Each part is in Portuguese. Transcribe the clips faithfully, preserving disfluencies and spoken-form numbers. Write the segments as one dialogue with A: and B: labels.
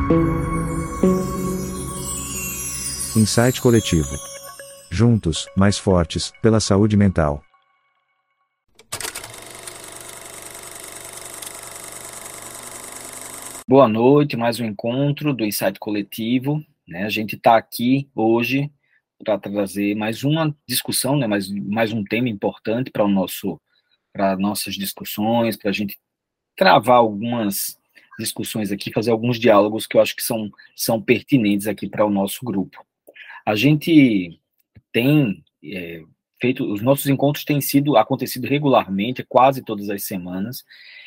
A: Insight Coletivo. Juntos, mais fortes, pela saúde mental.
B: Boa noite, mais um encontro do Insight Coletivo, né? A gente está aqui hoje para trazer mais uma discussão, né? mais, mais um tema importante para o nosso, para nossas discussões, para a gente travar algumas discussões aqui, fazer alguns diálogos que eu acho que são, são pertinentes aqui para o nosso grupo. A gente tem é, feito, os nossos encontros têm sido acontecido regularmente, quase todas as semanas,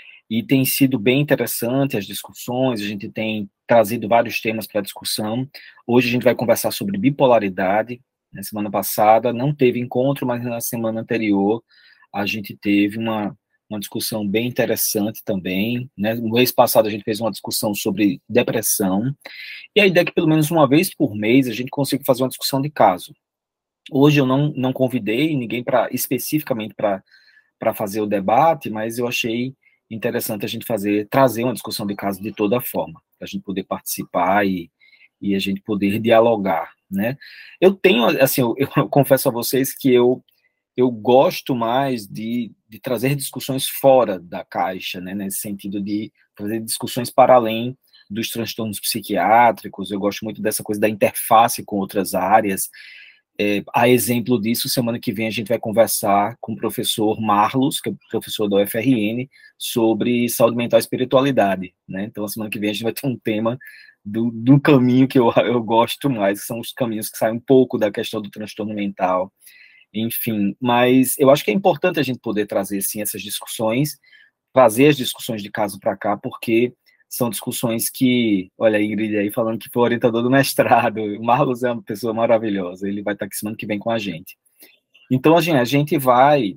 B: e tem sido bem interessante as discussões, a gente tem trazido vários temas para discussão. Hoje a gente vai conversar sobre bipolaridade. Na semana passada não teve encontro, mas na semana anterior a gente teve uma, uma discussão bem interessante também, né? No mês passado a gente fez uma discussão sobre depressão, e a ideia é que pelo menos uma vez por mês a gente consiga fazer uma discussão de caso. Hoje eu não, não convidei ninguém para especificamente para fazer o debate, mas eu achei interessante a gente fazer, trazer uma discussão de caso de toda forma, para a gente poder participar e, e a gente poder dialogar, né? Eu tenho, assim, eu, eu confesso a vocês que eu, eu gosto mais de, de trazer discussões fora da caixa, né? Nesse sentido de fazer discussões para além dos transtornos psiquiátricos. Eu gosto muito dessa coisa da interface com outras áreas. É, a exemplo disso, semana que vem a gente vai conversar com o professor Marlos, que é o professor da U F R N, sobre saúde mental e espiritualidade, né? Então, a semana que vem a gente vai ter um tema do, do caminho que eu, eu gosto mais, que são os caminhos que saem um pouco da questão do transtorno mental, enfim. Mas eu acho que é importante a gente poder trazer, sim, essas discussões, trazer as discussões de caso para cá, porque são discussões que, olha a Ingrid aí falando que foi orientador do mestrado, o Marlos é uma pessoa maravilhosa, ele vai estar aqui semana que vem com a gente. Então, a gente, a gente vai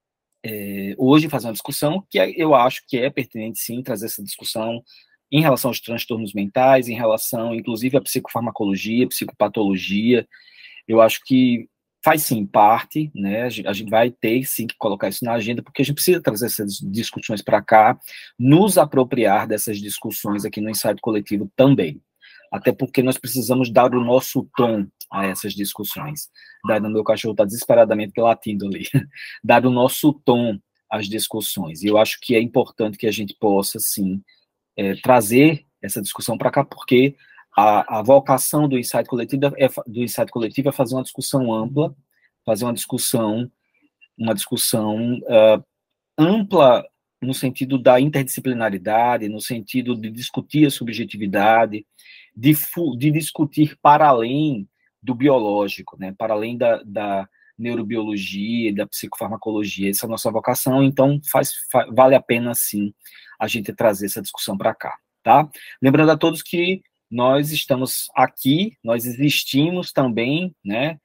B: é, hoje fazer uma discussão que é, eu acho que é pertinente, sim, trazer essa discussão em relação aos transtornos mentais, em relação, inclusive, à psicofarmacologia, psicopatologia. Eu acho que faz, sim, parte, né, a gente vai ter, sim, que colocar isso na agenda, porque a gente precisa trazer essas discussões para cá, nos apropriar dessas discussões aqui no Insight Coletivo também, até porque nós precisamos dar o nosso tom a essas discussões. Dado, meu cachorro está desesperadamente latindo ali, dar o nosso tom às discussões, e eu acho que é importante que a gente possa, sim, é, trazer essa discussão para cá, porque A, a vocação do Insight Coletivo é, do Insight Coletivo é fazer uma discussão ampla, fazer uma discussão, uma discussão uh, ampla no sentido da interdisciplinaridade, no sentido de discutir a subjetividade, de, de discutir para além do biológico, né, para além da, da neurobiologia, da psicofarmacologia. Essa é a nossa vocação, então faz, faz, vale a pena, sim, a gente trazer essa discussão para cá, tá? Lembrando a todos que nós estamos aqui, nós existimos também, né,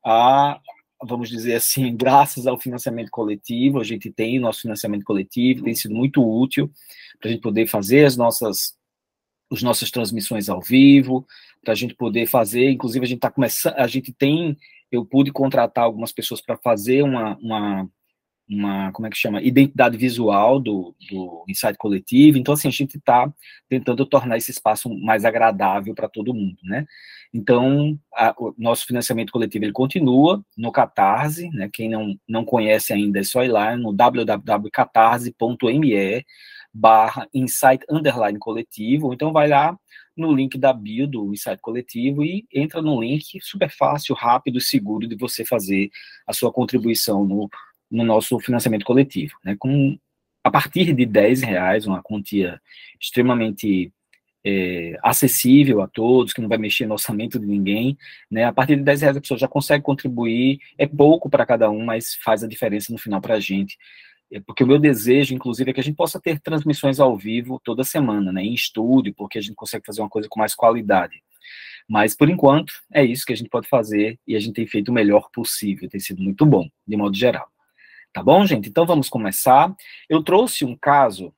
B: a, vamos dizer assim, graças ao financiamento coletivo. A gente tem o nosso financiamento coletivo, tem sido muito útil para a gente poder fazer as nossas, as nossas transmissões ao vivo, para a gente poder fazer, inclusive a gente está começando, a gente tem, eu pude contratar algumas pessoas para fazer uma, uma uma, como é que chama, identidade visual do, do Insight Coletivo. Então, assim, a gente está tentando tornar esse espaço mais agradável para todo mundo, né? Então, a, o nosso financiamento coletivo, ele continua no Catarse, né? Quem não, não conhece ainda, é só ir lá no w w w ponto catarse ponto m e barra Insight Underline Coletivo, ou então vai lá no link da bio do Insight Coletivo e entra no link super fácil, rápido, seguro de você fazer a sua contribuição no no nosso financiamento coletivo, né, com, a partir de dez reais, uma quantia extremamente é, acessível a todos, que não vai mexer no orçamento de ninguém, né, a partir de dez reais a pessoa já consegue contribuir, é pouco para cada um, mas faz a diferença no final para a gente, é, porque o meu desejo, inclusive, é que a gente possa ter transmissões ao vivo toda semana, né, em estúdio, porque a gente consegue fazer uma coisa com mais qualidade. Mas, por enquanto, é isso que a gente pode fazer, e a gente tem feito o melhor possível, tem sido muito bom, de modo geral. Tá bom, gente? Então vamos começar. Eu trouxe um caso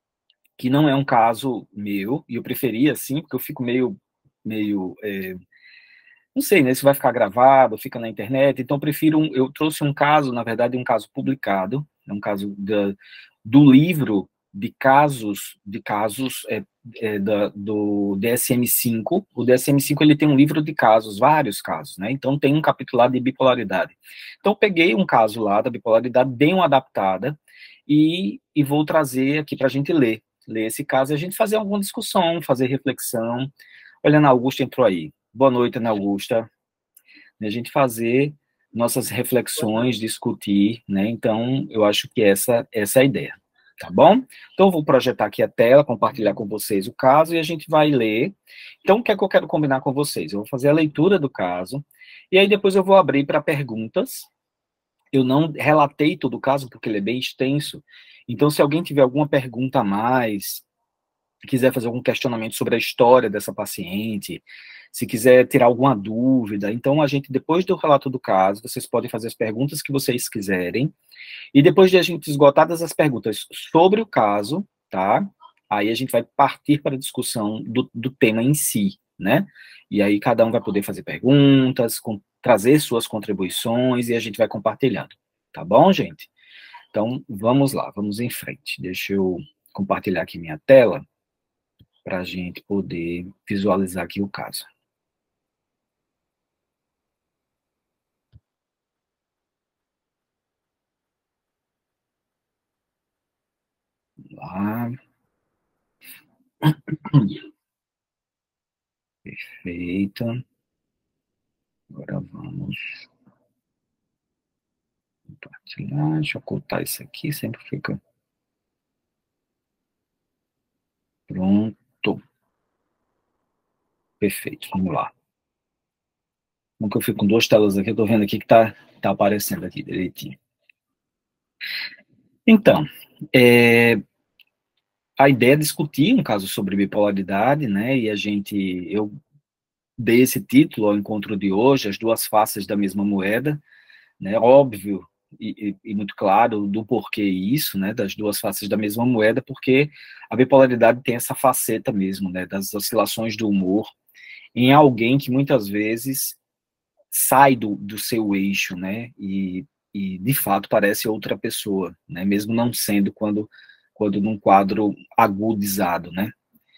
B: que não é um caso meu, e eu preferia, assim, porque eu fico meio, meio, é, não sei, né, se vai ficar gravado, fica na internet, então eu prefiro, um, eu trouxe um caso, na verdade, um caso publicado, é um caso da, do livro de casos, de casos é, é, da, do D S M cinco. O D S M cinco ele tem um livro de casos, vários casos, né? Então tem um capítulo lá de bipolaridade. Então eu peguei um caso lá da bipolaridade, dei uma adaptada e, e vou trazer aqui para a gente ler. Ler esse caso e a gente fazer alguma discussão, fazer reflexão. Olha, Ana Augusta entrou aí. Boa noite, Ana Augusta. A gente fazer nossas reflexões, discutir, né? Então, eu acho que essa, essa é a ideia, tá bom? Então, eu vou projetar aqui a tela, compartilhar com vocês o caso e a gente vai ler. Então, o que é que eu quero combinar com vocês? Eu vou fazer a leitura do caso e aí depois eu vou abrir para perguntas. Eu não relatei todo o caso porque ele é bem extenso. Então, se alguém tiver alguma pergunta a mais, quiser fazer algum questionamento sobre a história dessa paciente, se quiser tirar alguma dúvida, então a gente, depois do relato do caso, vocês podem fazer as perguntas que vocês quiserem, e depois de a gente esgotar todas as perguntas sobre o caso, tá? Aí a gente vai partir para a discussão do, do tema em si, né? E aí cada um vai poder fazer perguntas, com, trazer suas contribuições, e a gente vai compartilhando, tá bom, gente? Então, vamos lá, vamos em frente. Deixa eu compartilhar aqui minha tela, para a gente poder visualizar aqui o caso. Vamos lá. Perfeito. Agora vamos compartilhar. Deixa eu ocultar isso aqui, sempre fica pronto. Perfeito, vamos lá. Como que eu fico com duas telas aqui, eu tô vendo aqui que tá, tá aparecendo aqui direitinho. Então, é, a ideia é discutir um caso sobre bipolaridade, né, e a gente, eu dei esse título ao encontro de hoje, As Duas Faces da Mesma Moeda, né, óbvio e, e, e muito claro do porquê isso, né, das duas faces da mesma moeda, porque a bipolaridade tem essa faceta mesmo, né, das oscilações do humor em alguém que muitas vezes sai do, do seu eixo, né, e, e de fato parece outra pessoa, né, mesmo não sendo quando, quando num quadro agudizado, né.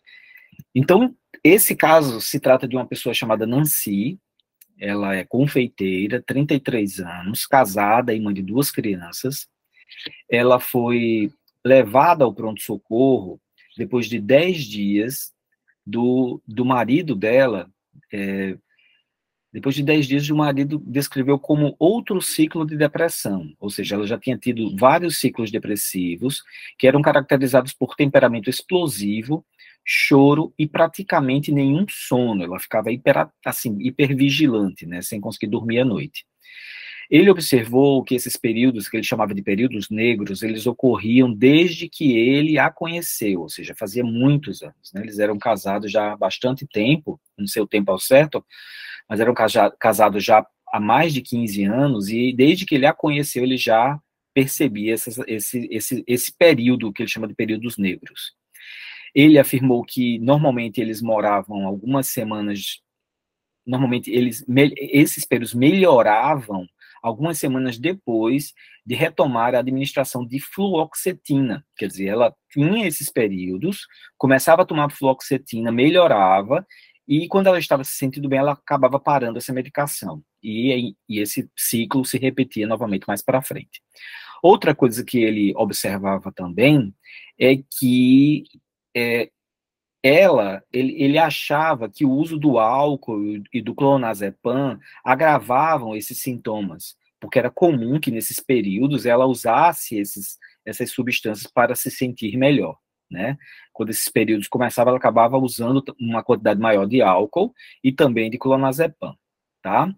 B: Então, esse caso se trata de uma pessoa chamada Nancy. Ela é confeiteira, trinta e três anos, casada e mãe de duas crianças. Ela foi levada ao pronto-socorro depois de dez dias do, do marido dela, é, depois de dez dias, o marido descreveu como outro ciclo de depressão, ou seja, ela já tinha tido vários ciclos depressivos, que eram caracterizados por temperamento explosivo, choro e praticamente nenhum sono. Ela ficava hiper, assim, hipervigilante, né, sem conseguir dormir à noite. Ele observou que esses períodos, que ele chamava de períodos negros, eles ocorriam desde que ele a conheceu, ou seja, fazia muitos anos, né? Eles eram casados já há bastante tempo, não sei o tempo ao certo, mas eram casados já há mais de quinze anos, e desde que ele a conheceu, ele já percebia esse, esse, esse, esse período, que ele chama de períodos negros. Ele afirmou que, normalmente, eles moravam algumas semanas, normalmente, eles, esses períodos melhoravam algumas semanas depois de retomar a administração de fluoxetina, quer dizer, ela tinha esses períodos, começava a tomar fluoxetina, melhorava, e quando ela estava se sentindo bem, ela acabava parando essa medicação, e, e esse ciclo se repetia novamente mais para frente. Outra coisa que ele observava também é que é, ela, ele, ele achava que o uso do álcool e do clonazepam agravavam esses sintomas, porque era comum que nesses períodos ela usasse esses, essas substâncias para se sentir melhor, né? Quando esses períodos começavam, ela acabava usando uma quantidade maior de álcool e também de clonazepam, tá?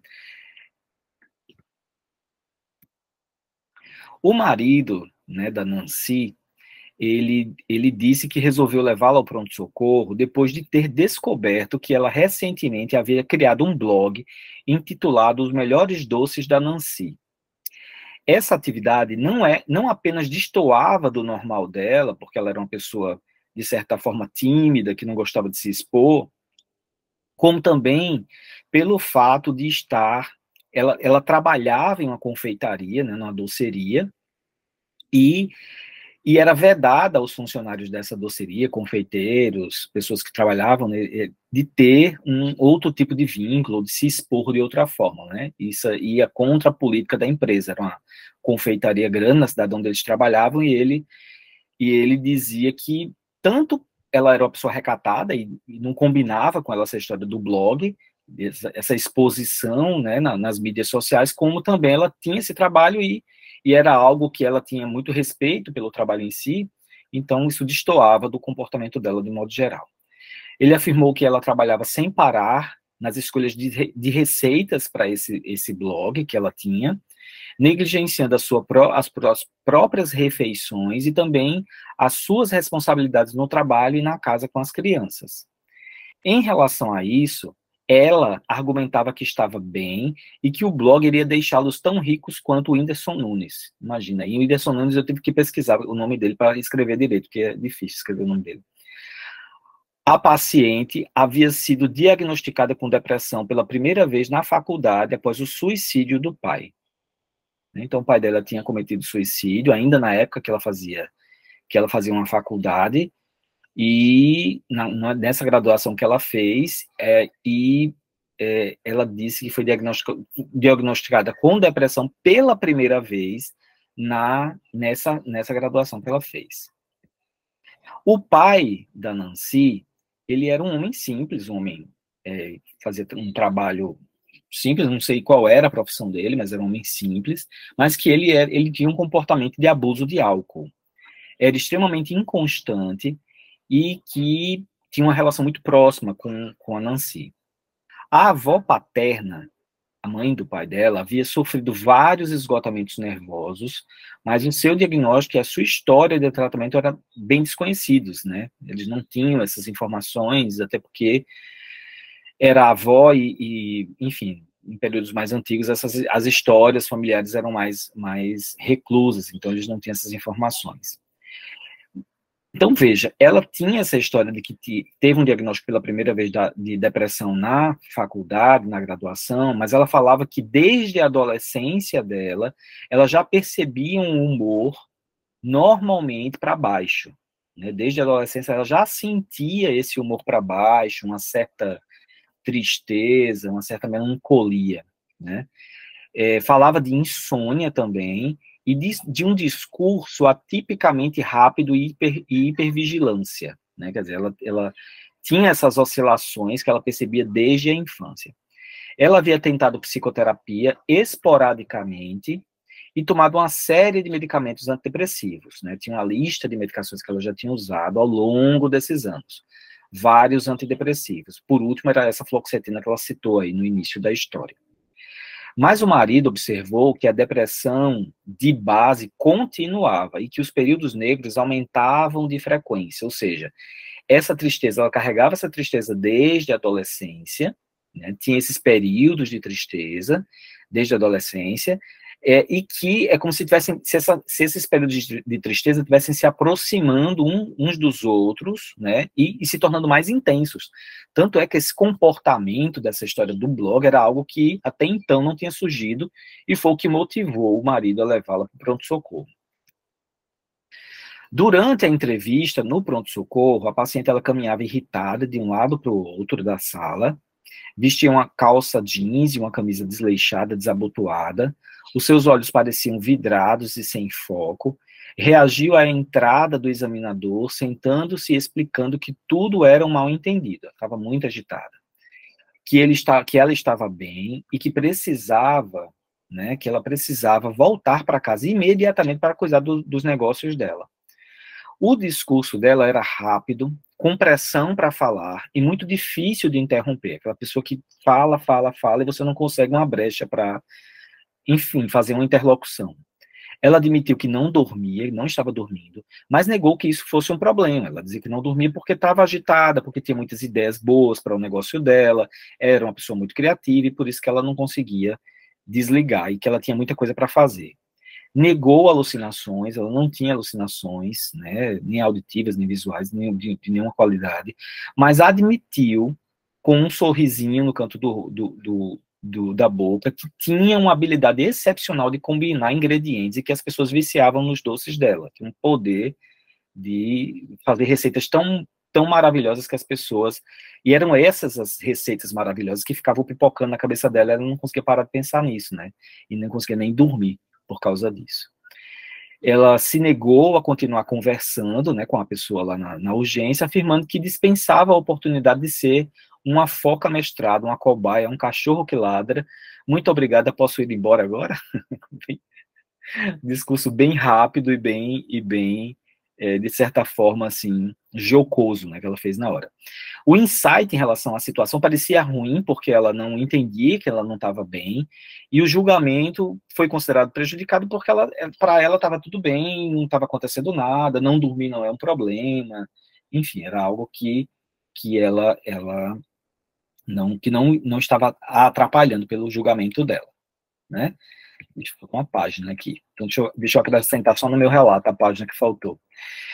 B: O marido, né, da Nancy, Ele, ele disse que resolveu levá-la ao pronto-socorro depois de ter descoberto que ela recentemente havia criado um blog intitulado Os Melhores Doces da Nancy. Essa atividade não é, não apenas destoava do normal dela, porque ela era uma pessoa, de certa forma, tímida, que não gostava de se expor, como também pelo fato de estar, ela, ela trabalhava em uma confeitaria, né, numa doceria, e E era vedada aos funcionários dessa doceria, confeiteiros, pessoas que trabalhavam, né, de ter um outro tipo de vínculo, de se expor de outra forma, né? Isso ia contra a política da empresa. Era uma confeitaria grande na cidade onde eles trabalhavam, e ele, e ele dizia que tanto ela era uma pessoa recatada e, e não combinava com ela essa história do blog, essa, essa exposição, né, na, nas mídias sociais, como também ela tinha esse trabalho e e era algo que ela tinha muito respeito pelo trabalho em si, então isso destoava do comportamento dela de modo geral. Ele afirmou que ela trabalhava sem parar nas escolhas de, de receitas para esse, esse blog que ela tinha, negligenciando a sua, as, as próprias refeições e também as suas responsabilidades no trabalho e na casa com as crianças. Em relação a isso, ela argumentava que estava bem e que o blog iria deixá-los tão ricos quanto o Whindersson Nunes. Imagina, e o Whindersson Nunes eu tive que pesquisar o nome dele para escrever direito, porque é difícil escrever o nome dele. A paciente havia sido diagnosticada com depressão pela primeira vez na faculdade após o suicídio do pai. Então, o pai dela tinha cometido suicídio, ainda na época que ela fazia, que ela fazia uma faculdade, e na, na, nessa graduação que ela fez, é, e é, ela disse que foi diagnosticada com depressão pela primeira vez na, nessa, nessa graduação que ela fez. O pai da Nancy, ele era um homem simples, um homem é, fazia um trabalho simples, não sei qual era a profissão dele, mas era um homem simples, mas que ele, era, ele tinha um comportamento de abuso de álcool. Era extremamente inconstante, e que tinha uma relação muito próxima com, com a Nancy. A avó paterna, a mãe do pai dela, havia sofrido vários esgotamentos nervosos, mas o seu diagnóstico e a sua história de tratamento eram bem desconhecidos, né? Eles não tinham essas informações, até porque era a avó e, e enfim, em períodos mais antigos, essas, as histórias familiares eram mais, mais reclusas, então eles não tinham essas informações. Então, veja, ela tinha essa história de que teve um diagnóstico pela primeira vez de depressão na faculdade, na graduação, mas ela falava que desde a adolescência dela, ela já percebia um humor normalmente para baixo. Né? Desde a adolescência, ela já sentia esse humor para baixo, uma certa tristeza, uma certa melancolia. Né? É, falava de insônia também, e de, de um discurso atipicamente rápido e, hiper, e hipervigilância, né? Quer dizer, ela, ela tinha essas oscilações que ela percebia desde a infância. Ela havia tentado psicoterapia esporadicamente e tomado uma série de medicamentos antidepressivos, né? Tinha uma lista de medicações que ela já tinha usado ao longo desses anos, vários antidepressivos. Por último, era essa fluoxetina que ela citou aí no início da história. Mas o marido observou que a depressão de base continuava e que os períodos negros aumentavam de frequência, ou seja, essa tristeza, ela carregava essa tristeza desde a adolescência, né, tinha esses períodos de tristeza desde a adolescência, é, e que é como se, tivessem, se, essa, se esses períodos de, de tristeza tivessem se aproximando um, uns dos outros, né, e, e se tornando mais intensos. Tanto é que esse comportamento dessa história do blog era algo que até então não tinha surgido, e foi o que motivou o marido a levá-la para o pronto-socorro. Durante a entrevista no pronto-socorro, a paciente ela caminhava irritada de um lado para o outro da sala, vestia uma calça jeans e uma camisa desleixada, desabotoada, os seus olhos pareciam vidrados e sem foco, reagiu à entrada do examinador, sentando-se e explicando que tudo era um mal-entendido, estava muito agitada, que, ele está, que ela estava bem e que precisava, né, que ela precisava voltar para casa imediatamente para cuidar do, dos negócios dela. O discurso dela era rápido, com pressão para falar e muito difícil de interromper, aquela pessoa que fala, fala, fala e você não consegue uma brecha para, enfim, fazer uma interlocução. Ela admitiu que não dormia, não estava dormindo, mas negou que isso fosse um problema. Ela dizia que não dormia porque estava agitada, porque tinha muitas ideias boas para o negócio dela, era uma pessoa muito criativa e por isso que ela não conseguia desligar e que ela tinha muita coisa para fazer. Negou alucinações, ela não tinha alucinações, né, nem auditivas, nem visuais, nem de, de nenhuma qualidade, mas admitiu, com um sorrisinho no canto do, do, do, do, da boca, que tinha uma habilidade excepcional de combinar ingredientes e que as pessoas viciavam nos doces dela. Tinha um poder de fazer receitas tão, tão maravilhosas que as pessoas... E eram essas as receitas maravilhosas que ficavam pipocando na cabeça dela, ela não conseguia parar de pensar nisso, né? E não conseguia nem dormir por causa disso. Ela se negou a continuar conversando, né, com a pessoa lá na, na urgência, afirmando que dispensava a oportunidade de ser uma foca mestrada, uma cobaia, um cachorro que ladra. Muito obrigada, posso ir embora agora? Discurso bem rápido e bem, e bem é, de certa forma, assim, jocoso, né, que ela fez na hora. O insight em relação à situação parecia ruim, porque ela não entendia que ela não estava bem, e o julgamento foi considerado prejudicado porque ela, para ela estava tudo bem, não estava acontecendo nada, não dormir não é um problema, enfim, era algo que, que ela, ela não, que não, não estava atrapalhando pelo julgamento dela, né? Deixa eu uma página aqui. Então, deixa eu, deixa eu acrescentar só no meu relato a página que faltou.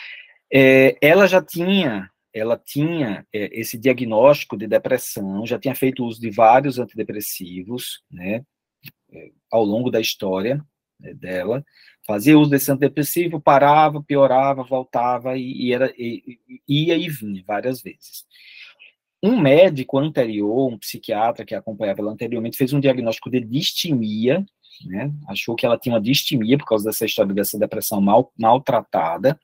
B: É, ela já tinha, ela tinha é, esse diagnóstico de depressão, já tinha feito uso de vários antidepressivos, né, é, ao longo da história, né, dela, fazia uso desse antidepressivo, parava, piorava, voltava, e, e era, e, ia e vinha várias vezes. Um médico anterior, um psiquiatra que acompanhava ela anteriormente, fez um diagnóstico de distimia, né, achou que ela tinha uma distimia por causa dessa história dessa depressão mal, maltratada,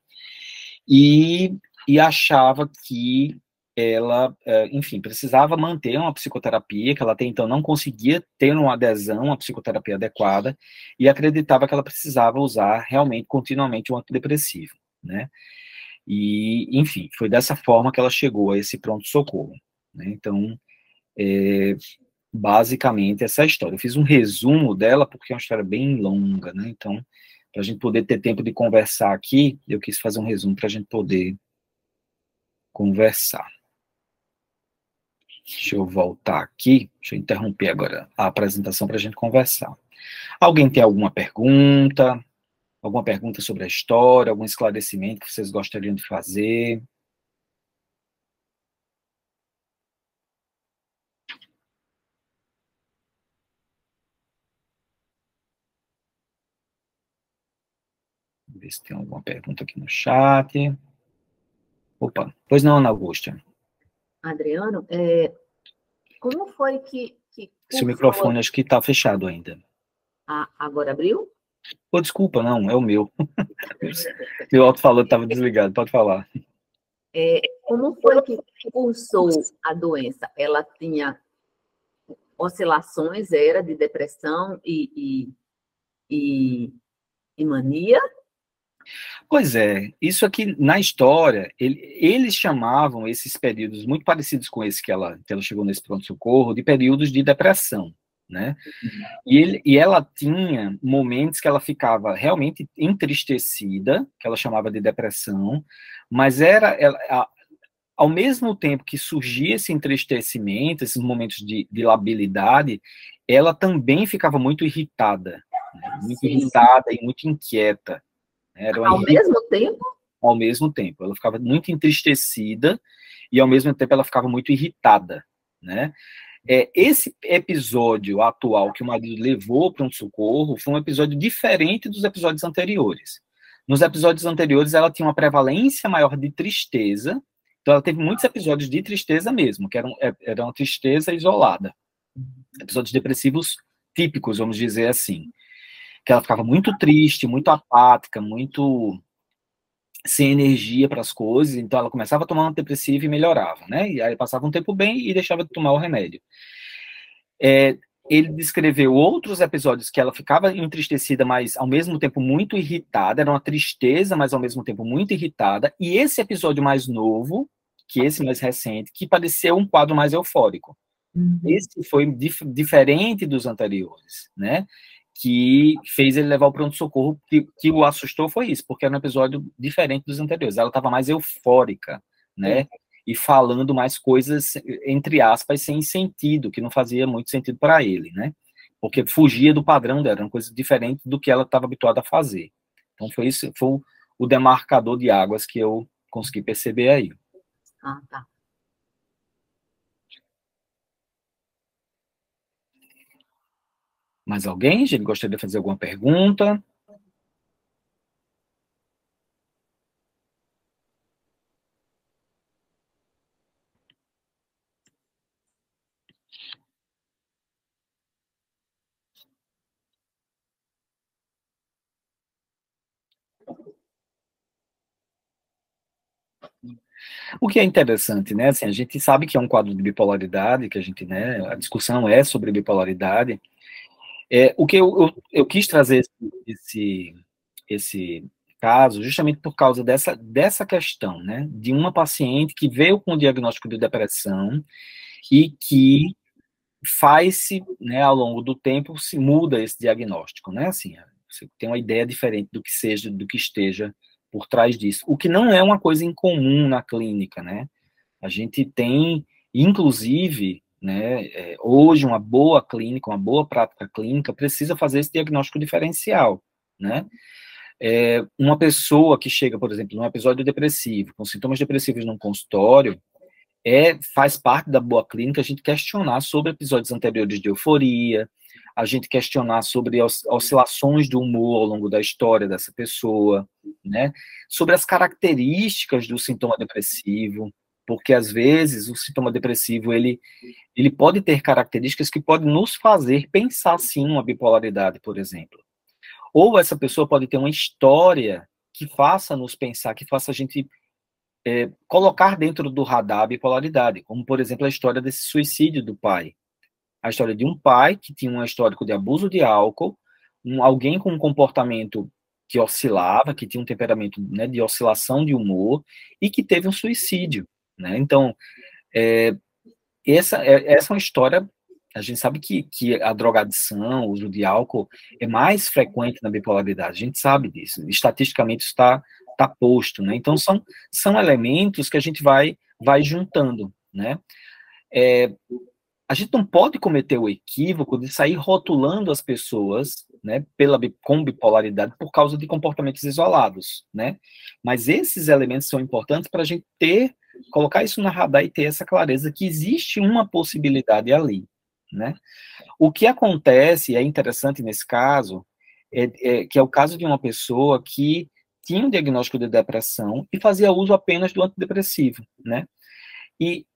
B: e, e achava que ela, enfim, precisava manter uma psicoterapia, que ela até então não conseguia ter uma adesão à psicoterapia adequada, e acreditava que ela precisava usar realmente, continuamente, um antidepressivo, né, e, enfim, foi dessa forma que ela chegou a esse pronto-socorro, né, então, é, basicamente, essa é a história. Eu fiz um resumo dela, porque é uma história bem longa, né, então, para a gente poder ter tempo de conversar aqui, eu quis fazer um resumo para a gente poder conversar. Deixa eu voltar aqui, deixa eu interromper agora a apresentação para a gente conversar. Alguém tem alguma pergunta? Alguma pergunta sobre a história? Algum esclarecimento que vocês gostariam de fazer? Vamos ver se tem alguma pergunta aqui no chat. Opa, pois não, Ana Augusta.
C: Adriano, é, como foi que... que
B: Seu microfone acho que está fechado ainda.
C: Ah, agora abriu?
B: Oh, desculpa, não, é o meu. Meu alto-falante estava desligado, pode falar.
C: É, como foi que cursou a doença? Ela tinha oscilações, era de depressão e, e, e, e mania?
B: Pois é, isso aqui na história, ele, eles chamavam esses períodos muito parecidos com esse que ela, que ela chegou nesse pronto-socorro, de períodos de depressão, né? E, ele, e ela tinha momentos que ela ficava realmente entristecida, que ela chamava de depressão, mas era, ela, a, ao mesmo tempo que surgia esse entristecimento, esses momentos de, de labilidade, ela também ficava muito irritada, né? Muito Sim. irritada e muito inquieta. Era
C: ao mesmo tempo?
B: Ao mesmo tempo. Ela ficava muito entristecida e, ao mesmo tempo, ela ficava muito irritada, né? É, esse episódio atual que o marido levou para um socorro foi um episódio diferente dos episódios anteriores. Nos episódios anteriores, ela tinha uma prevalência maior de tristeza, então ela teve muitos episódios de tristeza mesmo, que eram, eram uma tristeza isolada. Episódios depressivos típicos, vamos dizer assim. Que ela ficava muito triste, muito apática, muito sem energia para as coisas, então ela começava a tomar um antidepressivo e melhorava, né? E aí passava um tempo bem e deixava de tomar o remédio. É, ele descreveu outros episódios que ela ficava entristecida, mas ao mesmo tempo muito irritada, era uma tristeza, mas ao mesmo tempo muito irritada, e esse episódio mais novo, que esse mais recente, que pareceu um quadro mais eufórico. Uhum. Esse foi dif diferente dos anteriores, né? Que fez ele levar o pronto-socorro, que, que o assustou foi isso, porque era um episódio diferente dos anteriores. Ela estava mais eufórica, né? É. E falando mais coisas, entre aspas, sem sentido, que não fazia muito sentido para ele, né? Porque fugia do padrão dela, era uma coisa diferente do que ela estava habituada a fazer. Então foi isso, foi o demarcador de águas que eu consegui perceber aí.
C: Ah, tá.
B: Mais alguém? Gente, gostaria de fazer alguma pergunta? O que é interessante, né? Assim, a gente sabe que é um quadro de bipolaridade, que a gente, né? A discussão é sobre bipolaridade. É, o que eu, eu, eu quis trazer esse, esse caso justamente por causa dessa, dessa questão, né? De uma paciente que veio com o diagnóstico de depressão e que faz-se, né, ao longo do tempo, se muda esse diagnóstico, né? Assim, você tem uma ideia diferente do que seja, do que esteja por trás disso. O que não é uma coisa incomum na clínica, né? A gente tem, inclusive, né, é, hoje uma boa clínica, uma boa prática clínica precisa fazer esse diagnóstico diferencial, né? É, uma pessoa que chega, por exemplo, num episódio depressivo, com sintomas depressivos num consultório, é, faz parte da boa clínica a gente questionar sobre episódios anteriores de euforia, a gente questionar sobre os, oscilações do humor ao longo da história dessa pessoa, né? Sobre as características do sintoma depressivo, porque às vezes o sintoma depressivo ele, ele pode ter características que podem nos fazer pensar sim uma bipolaridade, por exemplo. Ou essa pessoa pode ter uma história que faça nos pensar, que faça a gente é, colocar dentro do radar a bipolaridade, como, por exemplo, a história desse suicídio do pai. A história de um pai que tinha um histórico de abuso de álcool, um, alguém com um comportamento que oscilava, que tinha um temperamento, né, de oscilação de humor, e que teve um suicídio, né? Então, é, essa, é, essa é uma história, a gente sabe que, que a drogadição, o uso de álcool, é mais frequente na bipolaridade, a gente sabe disso, estatisticamente isso está tá posto, né? Então, são, são elementos que a gente vai, vai juntando, né? É, a gente não pode cometer o equívoco de sair rotulando as pessoas, né, pela, com bipolaridade por causa de comportamentos isolados, né? Mas esses elementos são importantes para a gente ter, colocar isso na radar e ter essa clareza que existe uma possibilidade ali, né? O que acontece, e é interessante nesse caso, é, é que é o caso de uma pessoa que tinha um diagnóstico de depressão e fazia uso apenas do antidepressivo, né? E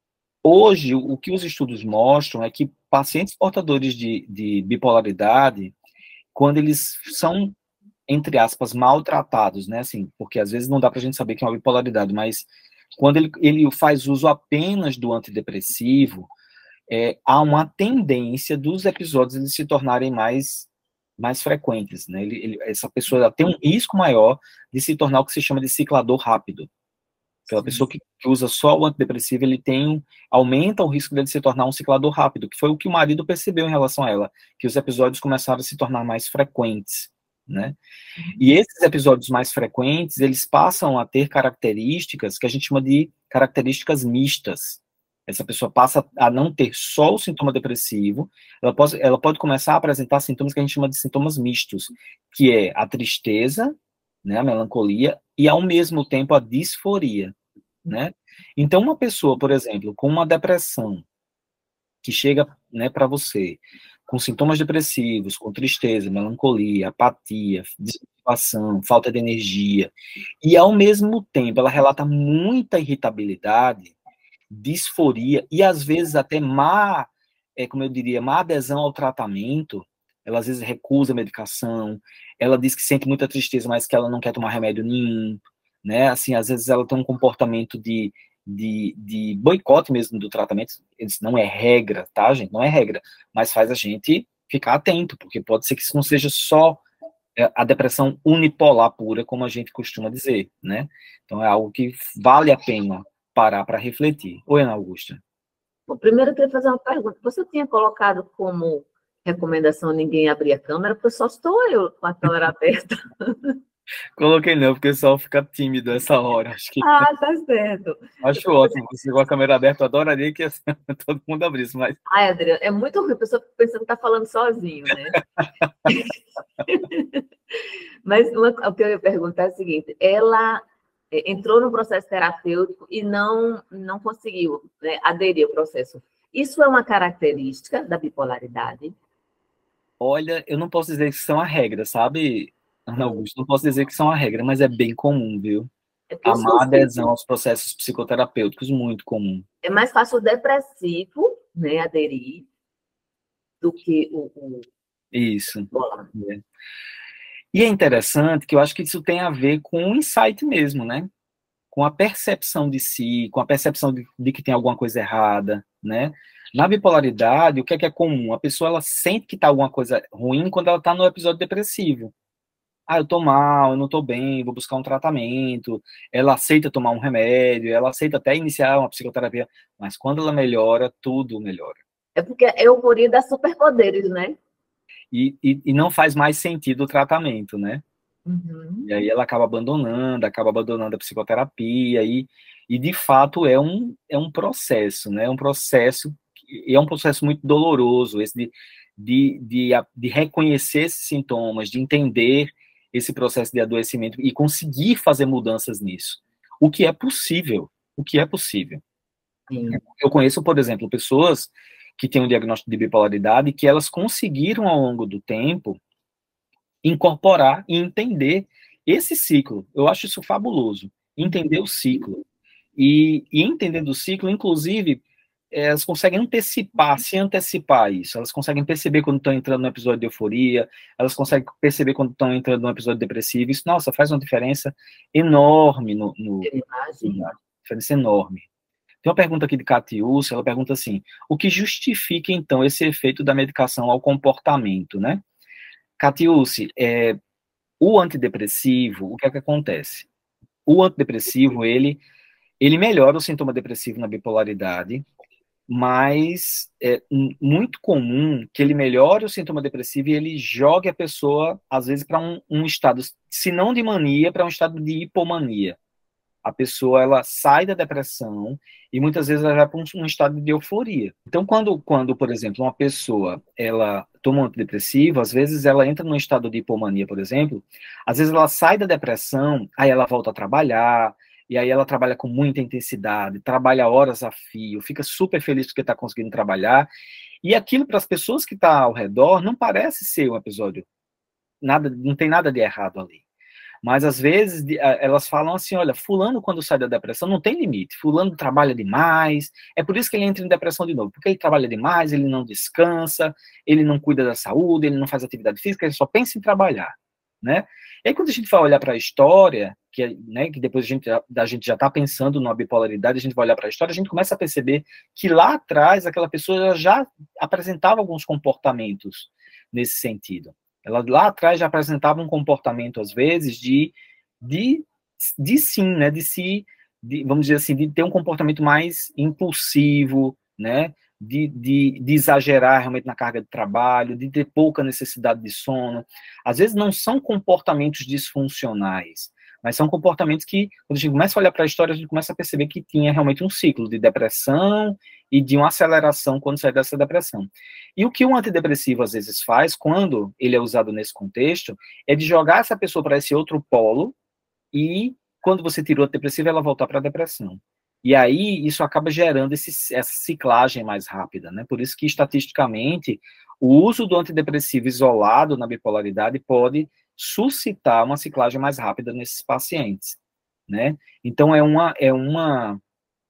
B: hoje, o que os estudos mostram é que pacientes portadores de, de bipolaridade, quando eles são, entre aspas, maltratados, né, assim, porque às vezes não dá para a gente saber que é uma bipolaridade, mas quando ele, ele faz uso apenas do antidepressivo, é, há uma tendência dos episódios eles se tornarem mais, mais frequentes, né, ele, ele, essa pessoa tem um risco maior de se tornar o que se chama de ciclador rápido. Aquela pessoa que, que usa só o antidepressivo, ele tem, aumenta o risco dele se tornar um ciclador rápido, que foi o que o marido percebeu em relação a ela, que os episódios começaram a se tornar mais frequentes, né? E esses episódios mais frequentes, eles passam a ter características que a gente chama de características mistas. Essa pessoa passa a não ter só o sintoma depressivo, ela pode, ela pode começar a apresentar sintomas que a gente chama de sintomas mistos, que é a tristeza, né, a melancolia, e ao mesmo tempo a disforia, né? Então, uma pessoa, por exemplo, com uma depressão, que chega, né, para você, com sintomas depressivos, com tristeza, melancolia, apatia, desmotivação, falta de energia, e ao mesmo tempo ela relata muita irritabilidade, disforia, e às vezes até má, é, como eu diria, má adesão ao tratamento, ela às vezes recusa a medicação, ela diz que sente muita tristeza, mas que ela não quer tomar remédio nenhum, né, assim, às vezes ela tem um comportamento de, de, de boicote mesmo do tratamento, isso não é regra, tá, gente, não é regra, mas faz a gente ficar atento, porque pode ser que isso não seja só a depressão unipolar pura, como a gente costuma dizer, né, então é algo que vale a pena parar para refletir. Oi, Ana Augusta.
C: Bom, primeiro eu queria fazer uma pergunta, você tinha colocado como recomendação ninguém abrir a câmera, porque só estou eu com a câmera aberta.
B: Coloquei não, porque o pessoal fica tímido essa hora. Acho que...
C: Ah, tá certo.
B: Acho ótimo, você com a câmera aberta, eu adoraria que todo mundo abrisse, mas...
C: Ai, Adriana, é muito ruim, a pessoa fica pensando que está falando sozinho, né? Mas uma, o que eu ia perguntar é o seguinte, ela entrou no processo terapêutico e não, não conseguiu, né, aderir ao processo. Isso é uma característica da bipolaridade?
B: Olha, eu não posso dizer que são a regra, sabe, Ana Augusta? Não posso dizer que são a regra, mas é bem comum, viu?
C: É porque
B: A
C: se
B: má
C: você
B: adesão aos processos psicoterapêuticos, muito comum.
C: é mais fácil o depressivo, né, aderir do que o, o
B: Isso.
C: bipolar.
B: É. E é interessante que eu acho que isso tem a ver com o insight mesmo, né? Com a percepção de si, com a percepção de, de que tem alguma coisa errada, né? Na bipolaridade, o que é que é comum? A pessoa, ela sente que tá alguma coisa ruim quando ela tá no episódio depressivo. Ah, eu tô mal, eu não tô bem, vou buscar um tratamento. Ela aceita tomar um remédio, ela aceita até iniciar uma psicoterapia, mas quando ela melhora, tudo melhora.
C: É porque a euforia dá superpoderes, né?
B: E, e, e não faz mais sentido o tratamento, né?
C: Uhum.
B: E aí ela acaba abandonando, acaba abandonando a psicoterapia, e, e de fato é um, é um processo, né? É um processo, e é um processo muito doloroso, esse de, de, de, de reconhecer esses sintomas, de entender esse processo de adoecimento e conseguir fazer mudanças nisso. O que é possível, o que é possível.
C: Sim.
B: Eu conheço, por exemplo, pessoas que têm um diagnóstico de bipolaridade que elas conseguiram, ao longo do tempo, incorporar e entender esse ciclo. Eu acho isso fabuloso. Entender o ciclo. E, e entendendo o ciclo, inclusive, elas conseguem antecipar, se antecipar isso. Elas conseguem perceber quando estão entrando no episódio de euforia, elas conseguem perceber quando estão entrando no episódio depressivo. Isso, nossa, faz uma diferença enorme no... no
C: Imagem.
B: diferença enorme. Tem uma pergunta aqui de Catiúcia, ela pergunta assim, o que justifica, então, esse efeito da medicação ao comportamento, né? Catiúcia, é, o antidepressivo, o que é que acontece? O antidepressivo, ele, ele melhora o sintoma depressivo na bipolaridade, mas é muito comum que ele melhore o sintoma depressivo e ele jogue a pessoa, às vezes, para um, um estado, se não de mania, para um estado de hipomania. A pessoa, ela sai da depressão e muitas vezes ela vai para um, um estado de euforia. Então, quando, quando, por exemplo, uma pessoa, ela toma um antidepressivo, às vezes ela entra num estado de hipomania, por exemplo, às vezes ela sai da depressão, aí ela volta a trabalhar, e aí ela trabalha com muita intensidade, trabalha horas a fio, fica super feliz porque está conseguindo trabalhar, e aquilo para as pessoas que estão tá ao redor não parece ser um episódio, nada, não tem nada de errado ali. Mas, às vezes, elas falam assim, olha, fulano, quando sai da depressão, não tem limite. Fulano trabalha demais, é por isso que ele entra em depressão de novo. Porque ele trabalha demais, ele não descansa, ele não cuida da saúde, ele não faz atividade física, ele só pensa em trabalhar, né? E aí, quando a gente vai olhar para a história, que, né, que depois a gente, a gente já está pensando na bipolaridade, a gente vai olhar para a história, a gente começa a perceber que lá atrás, aquela pessoa já apresentava alguns comportamentos nesse sentido. Ela lá atrás já apresentava um comportamento, às vezes, de, de, de sim, né, de se, de, vamos dizer assim, de ter um comportamento mais impulsivo, né, de, de, de exagerar realmente na carga de trabalho, de ter pouca necessidade de sono. Às vezes não são comportamentos disfuncionais, mas são comportamentos que, quando a gente começa a olhar para a história, a gente começa a perceber que tinha realmente um ciclo de depressão e de uma aceleração quando sai dessa depressão. E o que o antidepressivo às vezes faz, quando ele é usado nesse contexto, é de jogar essa pessoa para esse outro polo e, quando você tira o antidepressivo, ela voltar para a depressão. E aí, isso acaba gerando esse, essa ciclagem mais rápida, né? Por isso que, estatisticamente, o uso do antidepressivo isolado na bipolaridade pode suscitar uma ciclagem mais rápida nesses pacientes, né? Então, é uma, é uma,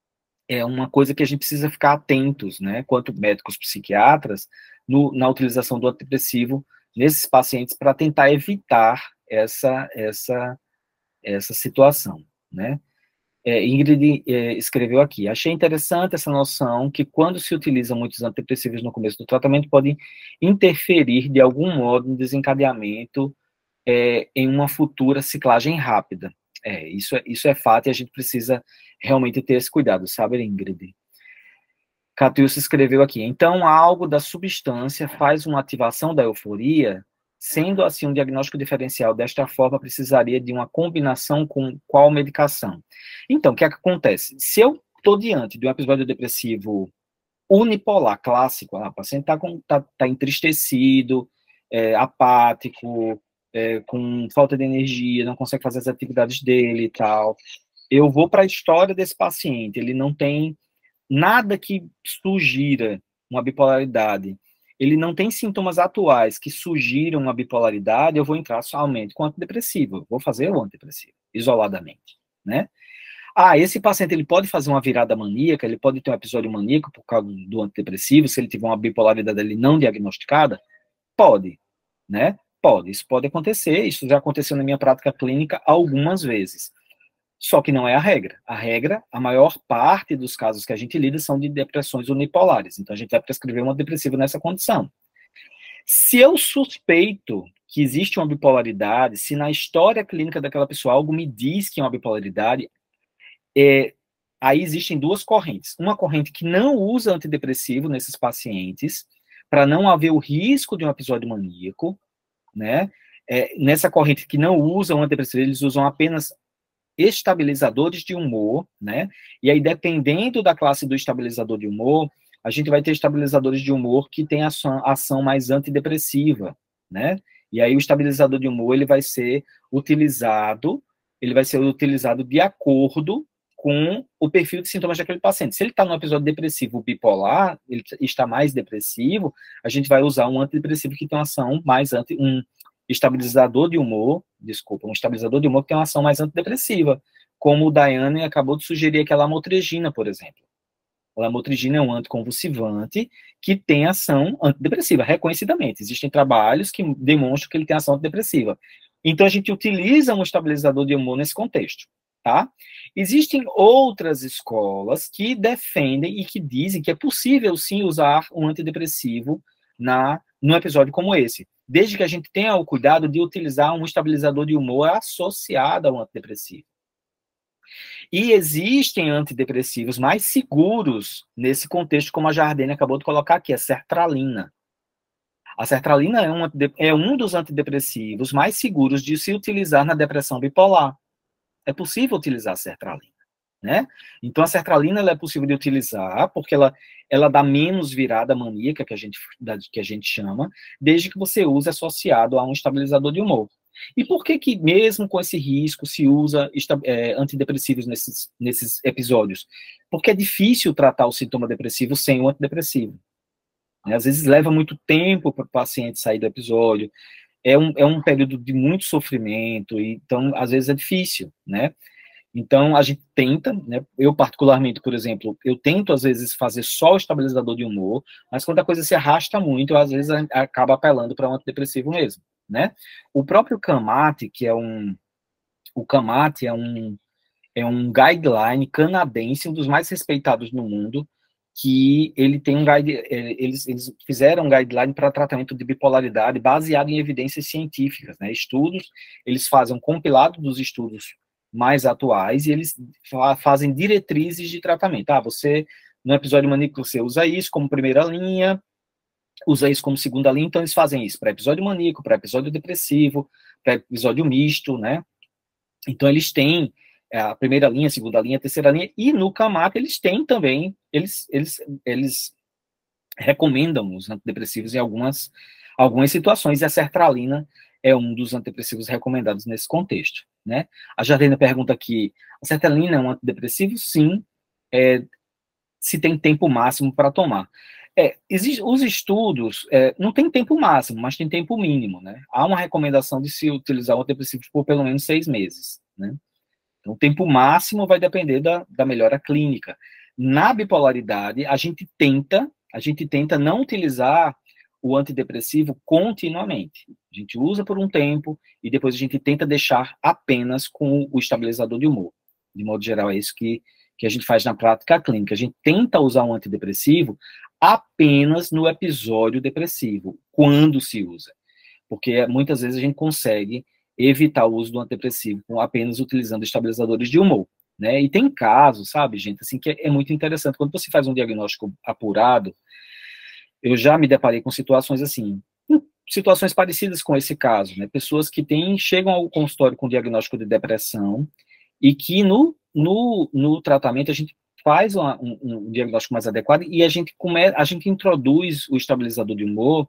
B: é uma coisa que a gente precisa ficar atentos, né? Quanto médicos psiquiatras, no, na utilização do antidepressivo nesses pacientes para tentar evitar essa, essa, essa situação, né? É, Ingrid é, escreveu aqui, achei interessante essa noção que quando se utilizam muitos antidepressivos no começo do tratamento, podem interferir de algum modo no desencadeamento é, em uma futura ciclagem rápida. É, isso, é, isso é fato e a gente precisa realmente ter esse cuidado, sabe, Ingrid? Catiúcia escreveu aqui, então algo da substância faz uma ativação da euforia, sendo assim um diagnóstico diferencial desta forma, precisaria de uma combinação com qual medicação? Então, o que é que acontece? Se eu estou diante de um episódio depressivo unipolar, clássico, ah, o paciente está tá, tá entristecido, é, apático, é, com falta de energia, não consegue fazer as atividades dele e tal, eu vou para a história desse paciente, ele não tem nada que sugira uma bipolaridade. ele não tem sintomas atuais que sugiram uma bipolaridade, eu vou entrar somente com antidepressivo, eu vou fazer o antidepressivo, isoladamente, né? Ah, esse paciente ele pode fazer uma virada maníaca, ele pode ter um episódio maníaco por causa do antidepressivo, se ele tiver uma bipolaridade ali não diagnosticada? Pode, né? Pode, isso pode acontecer, isso já aconteceu na minha prática clínica algumas vezes. Só que não é a regra. A regra, a maior parte dos casos que a gente lida são de depressões unipolares. Então, a gente vai prescrever um antidepressivo nessa condição. Se eu suspeito que existe uma bipolaridade, se na história clínica daquela pessoa algo me diz que é uma bipolaridade, é, aí existem duas correntes. Uma corrente que não usa antidepressivo nesses pacientes, para não haver o risco de um episódio maníaco, né? É, nessa corrente que não usam antidepressivo, eles usam apenas estabilizadores de humor, né? E aí, dependendo da classe do estabilizador de humor, a gente vai ter estabilizadores de humor que tem ação, ação mais antidepressiva, né? E aí o estabilizador de humor, ele vai ser utilizado, ele vai ser utilizado de acordo com o perfil de sintomas daquele paciente. Se ele está num episódio depressivo bipolar, ele está mais depressivo, a gente vai usar um antidepressivo que tem uma ação mais anti, um estabilizador de humor, desculpa, um estabilizador de humor que tem uma ação mais antidepressiva, como o Daiane acabou de sugerir, que é a lamotrigina, por exemplo. A lamotrigina é um anticonvulsivante que tem ação antidepressiva, reconhecidamente. Existem trabalhos que demonstram que ele tem ação antidepressiva. Então, a gente utiliza um estabilizador de humor nesse contexto, tá? Existem outras escolas que defendem e que dizem que é possível, sim, usar um antidepressivo na, num episódio como esse, desde que a gente tenha o cuidado de utilizar um estabilizador de humor associado ao antidepressivo. E existem antidepressivos mais seguros nesse contexto, como a Jardine acabou de colocar aqui, a sertralina. A sertralina é um, é um dos antidepressivos mais seguros de se utilizar na depressão bipolar. É possível utilizar a sertralina, né? Então, a sertralina ela é possível de utilizar porque ela, ela dá menos virada maníaca, que a, gente, que a gente chama, desde que você use associado a um estabilizador de humor. E por que que, mesmo com esse risco, se usa é, antidepressivos nesses, nesses episódios? Porque é difícil tratar o sintoma depressivo sem o antidepressivo. Às vezes leva muito tempo para o paciente sair do episódio, é um, é um período de muito sofrimento, então, às vezes é difícil, né? Então, a gente tenta, né? Eu, particularmente, por exemplo, eu tento, às vezes, fazer só o estabilizador de humor, mas quando a coisa se arrasta muito, eu, às vezes, acaba apelando para um antidepressivo mesmo, né? O próprio CAMAT, que é um... O CAMAT é um, é um guideline canadense, um dos mais respeitados no mundo, que ele tem um guide, eles, eles fizeram um guideline para tratamento de bipolaridade baseado em evidências científicas, né? Estudos, eles fazem um compilado dos estudos mais atuais e eles fa fazem diretrizes de tratamento. Ah, você, no episódio maníaco, você usa isso como primeira linha, usa isso como segunda linha, então eles fazem isso para episódio maníaco, para episódio depressivo, para episódio misto, né? Então eles têm a primeira linha, a segunda linha, a terceira linha, e no CAMAT eles têm também, eles, eles, eles recomendam os antidepressivos em algumas, algumas situações, e a sertralina é um dos antidepressivos recomendados nesse contexto, né? A Jardina pergunta aqui, a sertralina é um antidepressivo? Sim, é, se tem tempo máximo para tomar. É, existe, os estudos, é, não tem tempo máximo, mas tem tempo mínimo, né? Há uma recomendação de se utilizar o antidepressivo por pelo menos seis meses, né? Então, o tempo máximo vai depender da, da melhora clínica. Na bipolaridade, a gente tenta, a gente tenta não utilizar o antidepressivo continuamente. A gente usa por um tempo e depois a gente tenta deixar apenas com o estabilizador de humor. De modo geral, é isso que, que a gente faz na prática clínica. A gente tenta usar um antidepressivo apenas no episódio depressivo, quando se usa. Porque muitas vezes a gente consegue evitar o uso do antidepressivo apenas utilizando estabilizadores de humor, né? E tem casos, sabe, gente, assim, que é, é muito interessante. Quando você faz um diagnóstico apurado, eu já me deparei com situações assim, situações parecidas com esse caso, né? Pessoas que têm, chegam ao consultório com diagnóstico de depressão e que no, no, no tratamento a gente faz uma, um, um diagnóstico mais adequado e a gente, come, a gente introduz o estabilizador de humor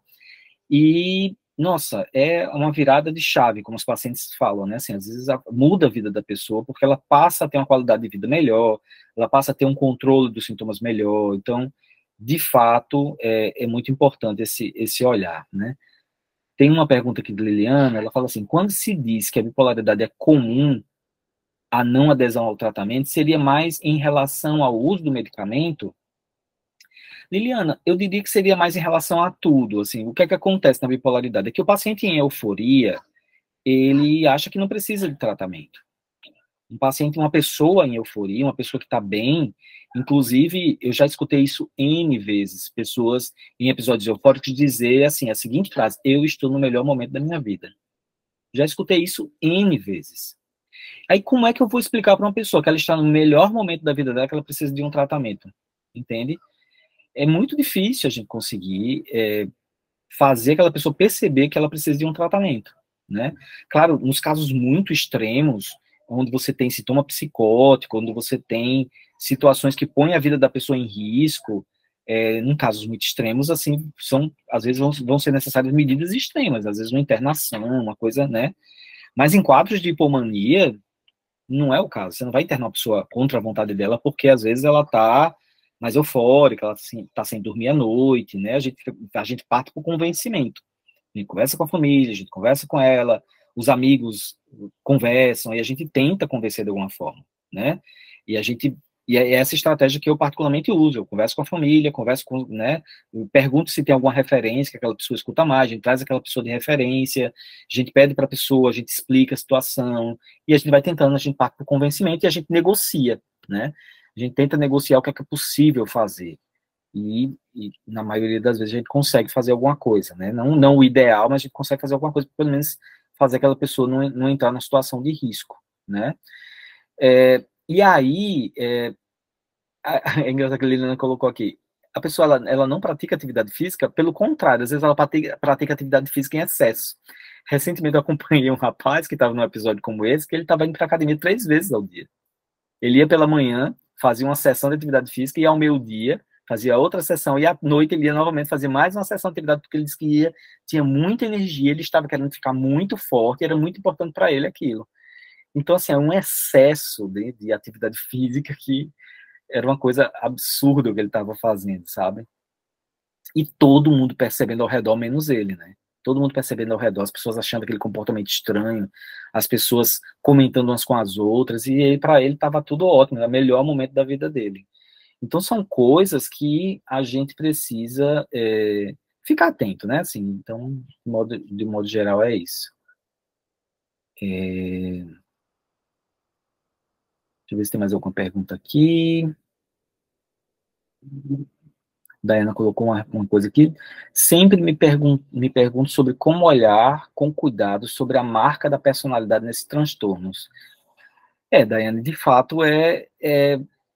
B: e nossa, é uma virada de chave, como os pacientes falam, né? Assim, às vezes muda a vida da pessoa, porque ela passa a ter uma qualidade de vida melhor, ela passa a ter um controle dos sintomas melhor. Então, de fato, é, é muito importante esse, esse olhar, né? Tem uma pergunta aqui de Liliana, ela fala assim, quando se diz que a bipolaridade é comum, a não adesão ao tratamento, seria mais em relação ao uso do medicamento? Liliana, eu diria que seria mais em relação a tudo, assim, o que é que acontece na bipolaridade? É que o paciente em euforia, ele acha que não precisa de tratamento. Um paciente, uma pessoa em euforia, uma pessoa que está bem, inclusive, eu já escutei isso N vezes, pessoas em episódios eufóricos dizer, assim, a seguinte frase, eu estou no melhor momento da minha vida. Já escutei isso N vezes. Aí, como é que eu vou explicar para uma pessoa que ela está no melhor momento da vida dela, que ela precisa de um tratamento? Entende? É muito difícil a gente conseguir é, fazer aquela pessoa perceber que ela precisa de um tratamento, né? Claro, nos casos muito extremos, onde você tem sintoma psicótico, onde você tem situações que põem a vida da pessoa em risco, é, em casos muito extremos, assim, são, às vezes vão, vão ser necessárias medidas extremas, às vezes uma internação, uma coisa, né? Mas em quadros de hipomania, não é o caso. Você não vai internar uma pessoa contra a vontade dela, porque às vezes ela está mais eufórica, ela está sem dormir à noite, né? A gente, a gente parte para o convencimento. A gente conversa com a família, a gente conversa com ela, os amigos conversam, e a gente tenta convencer de alguma forma, né? E a gente... E é essa estratégia que eu particularmente uso. Eu converso com a família, converso com, né? Eu pergunto se tem alguma referência que aquela pessoa escuta mais, a gente traz aquela pessoa de referência, a gente pede para a pessoa, a gente explica a situação, e a gente vai tentando, a gente parte para o convencimento e a gente negocia, né? A gente tenta negociar o que é, que é possível fazer. E, e, na maioria das vezes, a gente consegue fazer alguma coisa, né? Não, não o ideal, mas a gente consegue fazer alguma coisa, pelo menos fazer aquela pessoa não, não entrar na situação de risco, né? É, e aí, é, é engraçado que a Liliana colocou aqui, a pessoa, ela, ela não pratica atividade física, pelo contrário, às vezes ela pratica, pratica atividade física em excesso. Recentemente eu acompanhei um rapaz que estava num episódio como esse, que ele estava indo para academia três vezes ao dia. Ele ia pela manhã, fazia uma sessão de atividade física, e ao meio-dia fazia outra sessão, e à noite ele ia novamente fazer mais uma sessão de atividade, porque ele disse que ia, tinha muita energia, ele estava querendo ficar muito forte, era muito importante para ele aquilo. Então, assim, é um excesso de, de atividade física que era uma coisa absurda o que ele estava fazendo, sabe? E todo mundo percebendo ao redor, menos ele, né? Todo mundo percebendo ao redor, as pessoas achando aquele comportamento estranho, as pessoas comentando umas com as outras, e para ele estava tudo ótimo, era o melhor momento da vida dele. Então, são coisas que a gente precisa é, ficar atento, né? Assim, então, de modo, de modo geral, é isso. É... Deixa eu ver se tem mais alguma pergunta aqui. Daiana colocou uma, uma coisa aqui. Sempre me pergunto, me pergunto sobre como olhar com cuidado sobre a marca da personalidade nesses transtornos. É, Daiane, de fato, é, é,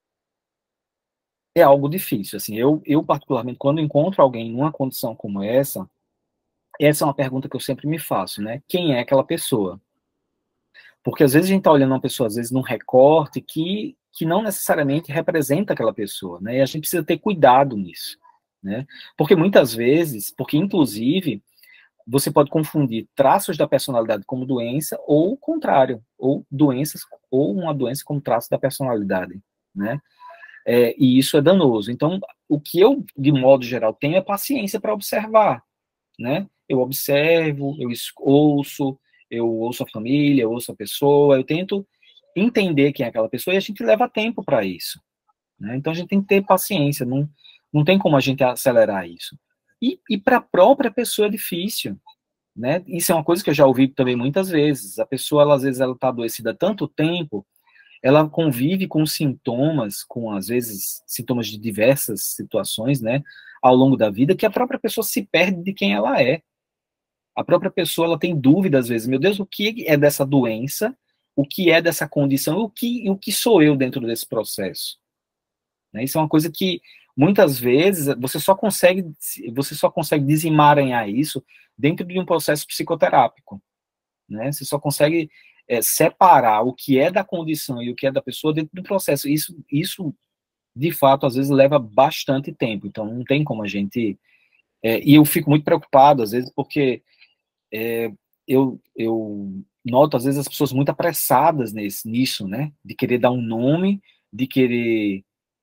B: é algo difícil. Assim, eu, eu, particularmente, quando encontro alguém numa condição como essa, essa é uma pergunta que eu sempre me faço, né? Quem é aquela pessoa? Porque às vezes a gente está olhando uma pessoa, às vezes, num recorte que, que não necessariamente representa aquela pessoa, né? E a gente precisa ter cuidado nisso, né? Porque muitas vezes, porque inclusive, você pode confundir traços da personalidade como doença ou o contrário, ou doenças, ou uma doença como traço da personalidade, né? É, e isso é danoso. Então, o que eu, de modo geral, tenho é paciência para observar, né? Eu observo, eu ouço, eu ouço a família, eu ouço a pessoa, eu tento entender quem é aquela pessoa e a gente leva tempo para isso, né? Então a gente tem que ter paciência, não, não tem como a gente acelerar isso. E, e para a própria pessoa é difícil, né? Isso é uma coisa que eu já ouvi também muitas vezes. A pessoa, ela, às vezes, ela está adoecida há tanto tempo, ela convive com sintomas, com, às vezes, sintomas de diversas situações, né, ao longo da vida, que a própria pessoa se perde de quem ela é. A própria pessoa, ela tem dúvida, às vezes, meu Deus, o que é dessa doença, o que é dessa condição, o que, o que sou eu dentro desse processo? Né? Isso é uma coisa que, muitas vezes, você só consegue, você só consegue desemaranhar isso dentro de um processo psicoterápico, né? Você só consegue é, separar o que é da condição e o que é da pessoa dentro do processo. Isso, isso de fato, às vezes leva bastante tempo. Então, não tem como a gente... É, e eu fico muito preocupado, às vezes, porque é, eu, eu noto, às vezes, as pessoas muito apressadas nesse, nisso, né? De querer dar um nome, de querer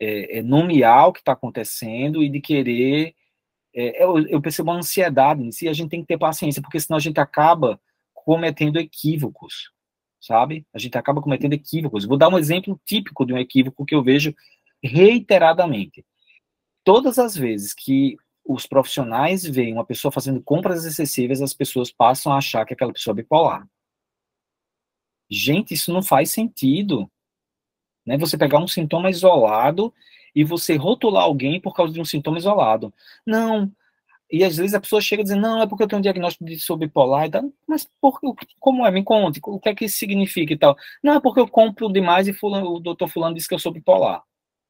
B: é, é, nomear o que está acontecendo e de querer... É, eu, eu percebo a ansiedade em si, a gente tem que ter paciência, porque senão a gente acaba cometendo equívocos, sabe? A gente acaba cometendo equívocos. Vou dar um exemplo típico de um equívoco que eu vejo reiteradamente. Todas as vezes que os profissionais veem uma pessoa fazendo compras excessivas, as pessoas passam a achar que aquela pessoa é bipolar. Gente, isso não faz sentido, né? Você pegar um sintoma isolado e você rotular alguém por causa de um sintoma isolado. Não. E às vezes a pessoa chega dizendo, não, é porque eu tenho um diagnóstico de sou bipolar e tal. Mas por, como é? Me conte, o que é que isso significa e tal? Não, é porque eu compro demais e fulano, o doutor fulano disse que eu sou bipolar.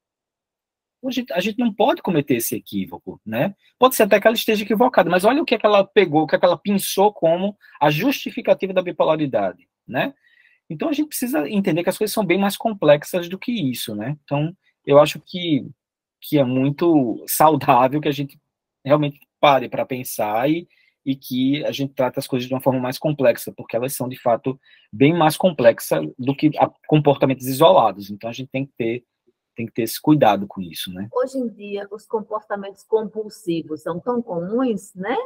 B: A gente, a gente não pode cometer esse equívoco, né? Pode ser até que ela esteja equivocada, mas olha o que, é que ela pegou, o que, é que ela pensou como a justificativa da bipolaridade, né? Então a gente precisa entender que as coisas são bem mais complexas do que isso, né? Então eu acho que, que é muito saudável que a gente realmente pare para pensar e, e que a gente trate as coisas de uma forma mais complexa, porque elas são, de fato, bem mais complexas do que comportamentos isolados. Então a gente tem que ter, tem que ter esse cuidado com isso, né?
C: Hoje em dia, os comportamentos compulsivos são tão comuns, né?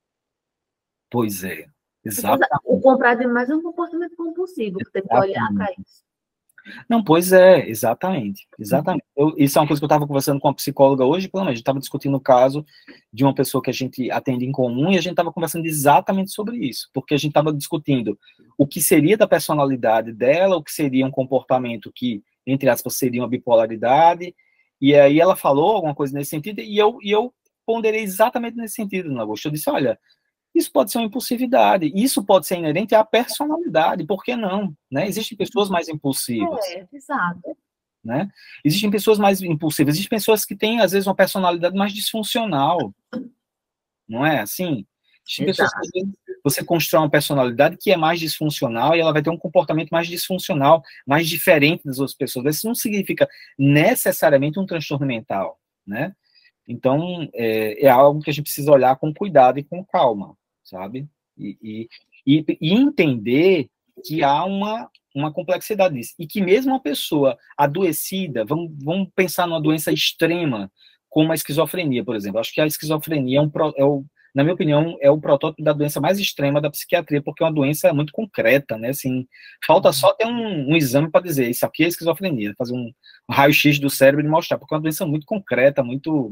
B: Pois é, exatamente.
C: O comprar demais é um comportamento compulsivo, que tem que olhar para isso.
B: Não, pois é, exatamente, exatamente. Eu, isso é uma coisa que eu estava conversando com uma psicóloga hoje, pelo menos, a gente estava discutindo o caso de uma pessoa que a gente atende em comum e a gente estava conversando exatamente sobre isso, porque a gente estava discutindo o que seria da personalidade dela, o que seria um comportamento que, entre aspas, seria uma bipolaridade, e aí ela falou alguma coisa nesse sentido, e eu, e eu ponderei exatamente nesse sentido, Dona Augusta. Eu disse, olha, isso pode ser uma impulsividade, isso pode ser inerente à personalidade, por que não? Né? Existem pessoas mais impulsivas.
C: É, exato.
B: Né? Existem pessoas mais impulsivas, existem pessoas que têm, às vezes, uma personalidade mais disfuncional, não é assim? Existem pessoas que, às vezes, você constrói uma personalidade que é mais disfuncional e ela vai ter um comportamento mais disfuncional, mais diferente das outras pessoas. Isso não significa necessariamente um transtorno mental, né? Então, é, é algo que a gente precisa olhar com cuidado e com calma, sabe? E, e, e entender que há uma, uma complexidade nisso. E que mesmo uma pessoa adoecida, vamos, vamos pensar numa doença extrema, como a esquizofrenia, por exemplo. Acho que a esquizofrenia, é, um, é o, na minha opinião, é o protótipo da doença mais extrema da psiquiatria, porque é uma doença muito concreta, né? Assim, falta só ter um, um exame para dizer, isso aqui é esquizofrenia, fazer um raio-x do cérebro e mostrar, porque é uma doença muito concreta, muito...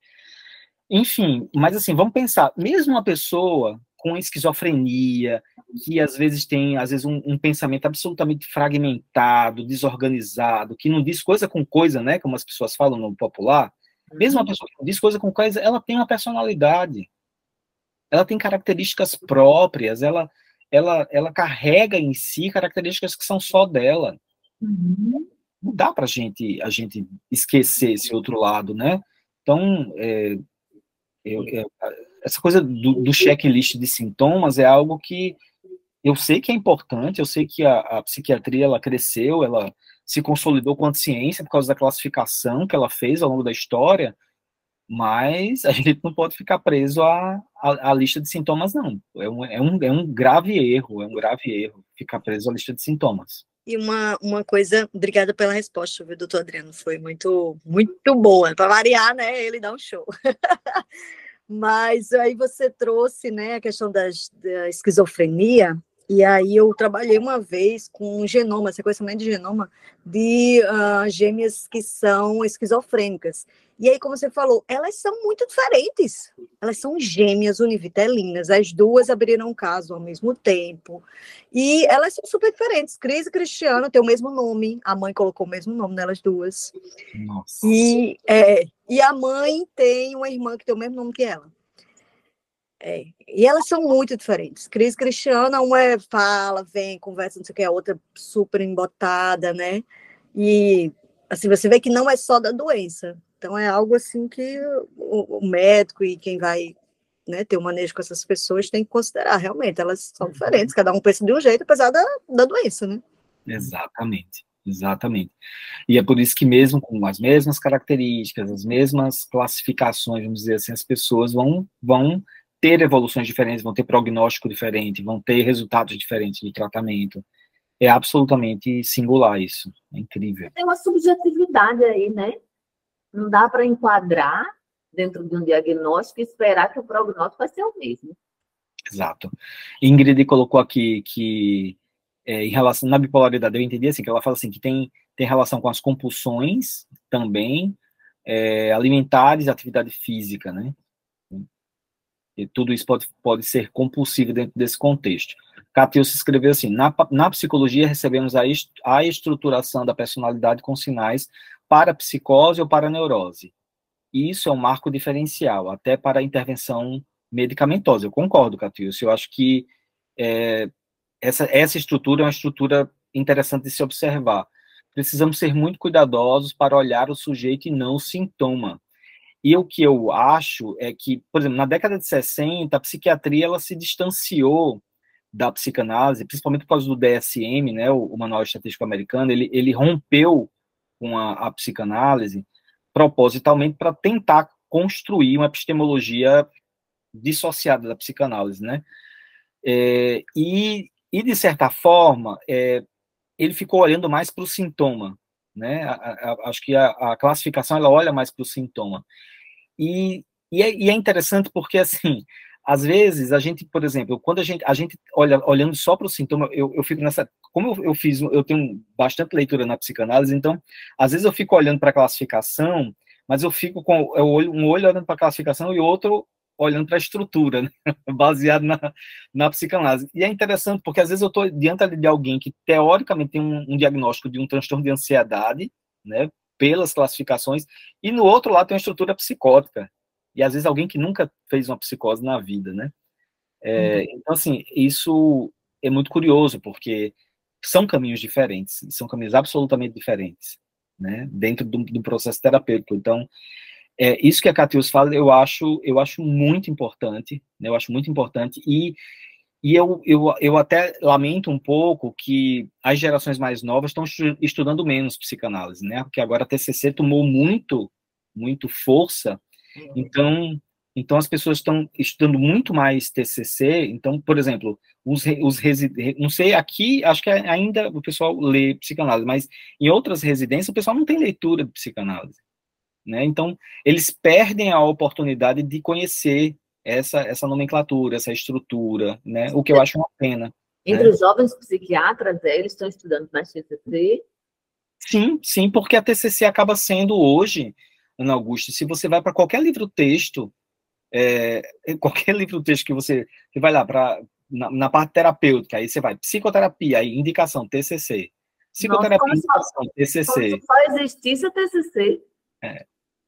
B: Enfim, mas assim, vamos pensar, mesmo uma pessoa com esquizofrenia, que às vezes tem, às vezes, um, um pensamento absolutamente fragmentado, desorganizado, que não diz coisa com coisa, né, como as pessoas falam no popular, mesmo uma pessoa que não diz coisa com coisa, ela tem uma personalidade, ela tem características próprias, ela, ela, ela carrega em si características que são só dela.
C: Uhum.
B: Não dá pra gente, a gente esquecer esse outro lado, né? Então, é, Eu, eu, essa coisa do, do checklist de sintomas é algo que eu sei que é importante, eu sei que a, a psiquiatria, ela cresceu, ela se consolidou com a ciência por causa da classificação que ela fez ao longo da história, mas a gente não pode ficar preso à, à, à lista de sintomas, não. É um, é, um, é um grave erro, é um grave erro ficar preso à lista de sintomas.
D: E uma, uma coisa, obrigada pela resposta, viu, doutor Adriano, foi muito, muito boa, para variar, né, ele dá um show. Mas aí você trouxe, né, a questão das, da esquizofrenia, e aí eu trabalhei uma vez com um genoma, sequenciamento de genoma de uh, gêmeas que são esquizofrênicas. E aí, como você falou, elas são muito diferentes. Elas são gêmeas univitelinas. As duas abriram um caso ao mesmo tempo. E elas são super diferentes. Cris e Cristiano têm o mesmo nome. A mãe colocou o mesmo nome nelas duas.
B: Nossa.
D: E, é, e a mãe tem uma irmã que tem o mesmo nome que ela. É, e elas são muito diferentes. Cris e Cristiana, uma é, fala, vem, conversa, não sei o que, a outra super embotada, né? E assim, você vê que não é só da doença. Então é algo assim que o, o médico e quem vai, né, ter um manejo com essas pessoas tem que considerar, realmente, elas são diferentes, cada um pensa de um jeito, apesar da, da doença, né?
B: Exatamente, exatamente. E é por isso que mesmo com as mesmas características, as mesmas classificações, vamos dizer assim, as pessoas vão, vão ter evoluções diferentes, vão ter prognóstico diferente, vão ter resultados diferentes do tratamento. É absolutamente singular isso, é incrível.
C: Tem uma subjetividade aí, né? não dá para enquadrar dentro de um diagnóstico e esperar que o prognóstico vai ser o mesmo.
B: Exato. Ingrid colocou aqui que, é, em relação na bipolaridade, eu entendi assim, que ela fala assim, que tem, tem relação com as compulsões também, é, alimentares e atividade física, né? E tudo isso pode, pode ser compulsivo dentro desse contexto. Catius escreveu assim, na, na psicologia recebemos a, est a estruturação da personalidade com sinais para psicose ou para neurose. E isso é um marco diferencial, até para a intervenção medicamentosa. Eu concordo, Catius, eu acho que é, essa, essa estrutura é uma estrutura interessante de se observar. Precisamos ser muito cuidadosos para olhar o sujeito e não o sintoma. E o que eu acho é que, por exemplo, na década de sessenta, a psiquiatria ela se distanciou da psicanálise, principalmente por causa do D S M, né, o, o Manual Estatístico Americano, ele, ele rompeu com a, a psicanálise propositalmente para tentar construir uma epistemologia dissociada da psicanálise, né? É, e, e, de certa forma, é, ele ficou olhando mais para o sintoma, né? A, a, acho que a, a classificação, ela olha mais para o sintoma. E, e, é, e é interessante porque, assim, às vezes, a gente, por exemplo, quando a gente, a gente olha olhando só para o sintoma, eu, eu fico nessa... Como eu, eu fiz, eu tenho bastante leitura na psicanálise, então, às vezes eu fico olhando para a classificação, mas eu fico com eu olho, um olho olhando para a classificação e outro olhando para a estrutura, né? Baseado na, na psicanálise. E é interessante, porque às vezes eu estou diante de alguém que, teoricamente, tem um, um diagnóstico de um transtorno de ansiedade, né, pelas classificações, e no outro lado tem uma estrutura psicótica. E às vezes alguém que nunca fez uma psicose na vida, né? É, uhum. Então, assim, isso é muito curioso, porque são caminhos diferentes, são caminhos absolutamente diferentes, né? Dentro do, do processo terapêutico. Então, é, isso que a Catius fala, eu acho, eu acho muito importante, né? Eu acho muito importante, e, e eu, eu, eu até lamento um pouco que as gerações mais novas estão estudando menos psicanálise, né? Porque agora a T C C tomou muito, muito força. Então, então as pessoas estão estudando muito mais T C C. Então, por exemplo, os, os residentes, não sei, aqui acho que ainda o pessoal lê psicanálise, mas em outras residências o pessoal não tem leitura de psicanálise, né? Então, eles perdem a oportunidade de conhecer essa, essa nomenclatura, essa estrutura, né? O que eu acho uma pena.
C: Entre
B: né?
C: os jovens psiquiatras, eles estão estudando mais T C C?
B: Sim, sim, porque a T C C acaba sendo hoje, Ana Augusta, se você vai para qualquer livro-texto, é, qualquer livro-texto que você, que vai lá para na, na parte terapêutica, aí você vai psicoterapia, aí indicação T C C, psicoterapia,
C: Nossa,
B: indicação T C C.
C: Como se só existisse a T C C.
B: É.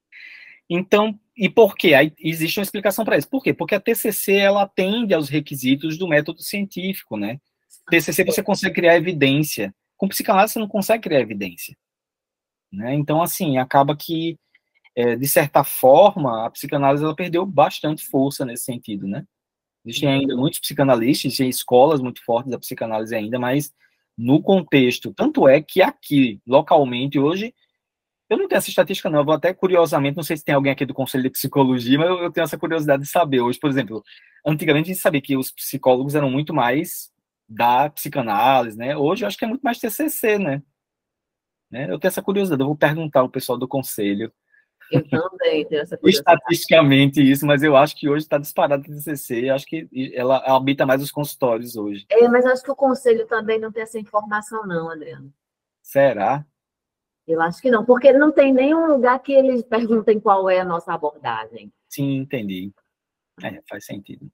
B: Então, e por quê? Aí existe uma explicação para isso. Por quê? Porque a T C C ela atende aos requisitos do método científico, né? T C C você consegue criar evidência. Com psicanálise você não consegue criar evidência, né? Então, assim, acaba que É, de certa forma, a psicanálise ela perdeu bastante força nesse sentido, né? Existem ainda muitos psicanalistas, existem escolas muito fortes da psicanálise ainda, mas no contexto, tanto é que aqui, localmente, hoje, eu não tenho essa estatística não, eu vou até curiosamente, não sei se tem alguém aqui do Conselho de Psicologia, mas eu, eu tenho essa curiosidade de saber. Hoje, por exemplo, antigamente a gente sabia que os psicólogos eram muito mais da psicanálise, né? Hoje eu acho que é muito mais T C C, né? né? Eu tenho essa curiosidade, eu vou perguntar ao pessoal do Conselho.
C: Eu também tenho essa curiosidade.
B: Estatisticamente isso, mas eu acho que hoje está disparado a T C C, acho que ela habita mais os consultórios hoje.
C: É, mas acho que o conselho também não tem essa informação não, Adriano.
B: Será?
C: Eu acho que não, porque não tem nenhum lugar que eles perguntem qual é a nossa abordagem.
B: Sim, entendi. É, faz sentido.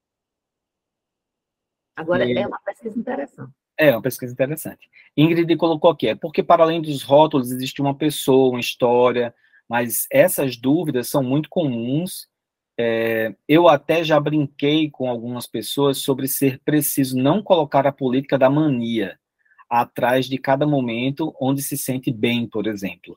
C: Agora,
B: e...
C: é uma pesquisa interessante.
B: É, uma pesquisa interessante. Ingrid colocou aqui, é porque para além dos rótulos existe uma pessoa, uma história, mas essas dúvidas são muito comuns. É, eu até já brinquei com algumas pessoas sobre ser preciso não colocar a política da mania atrás de cada momento onde se sente bem, por exemplo.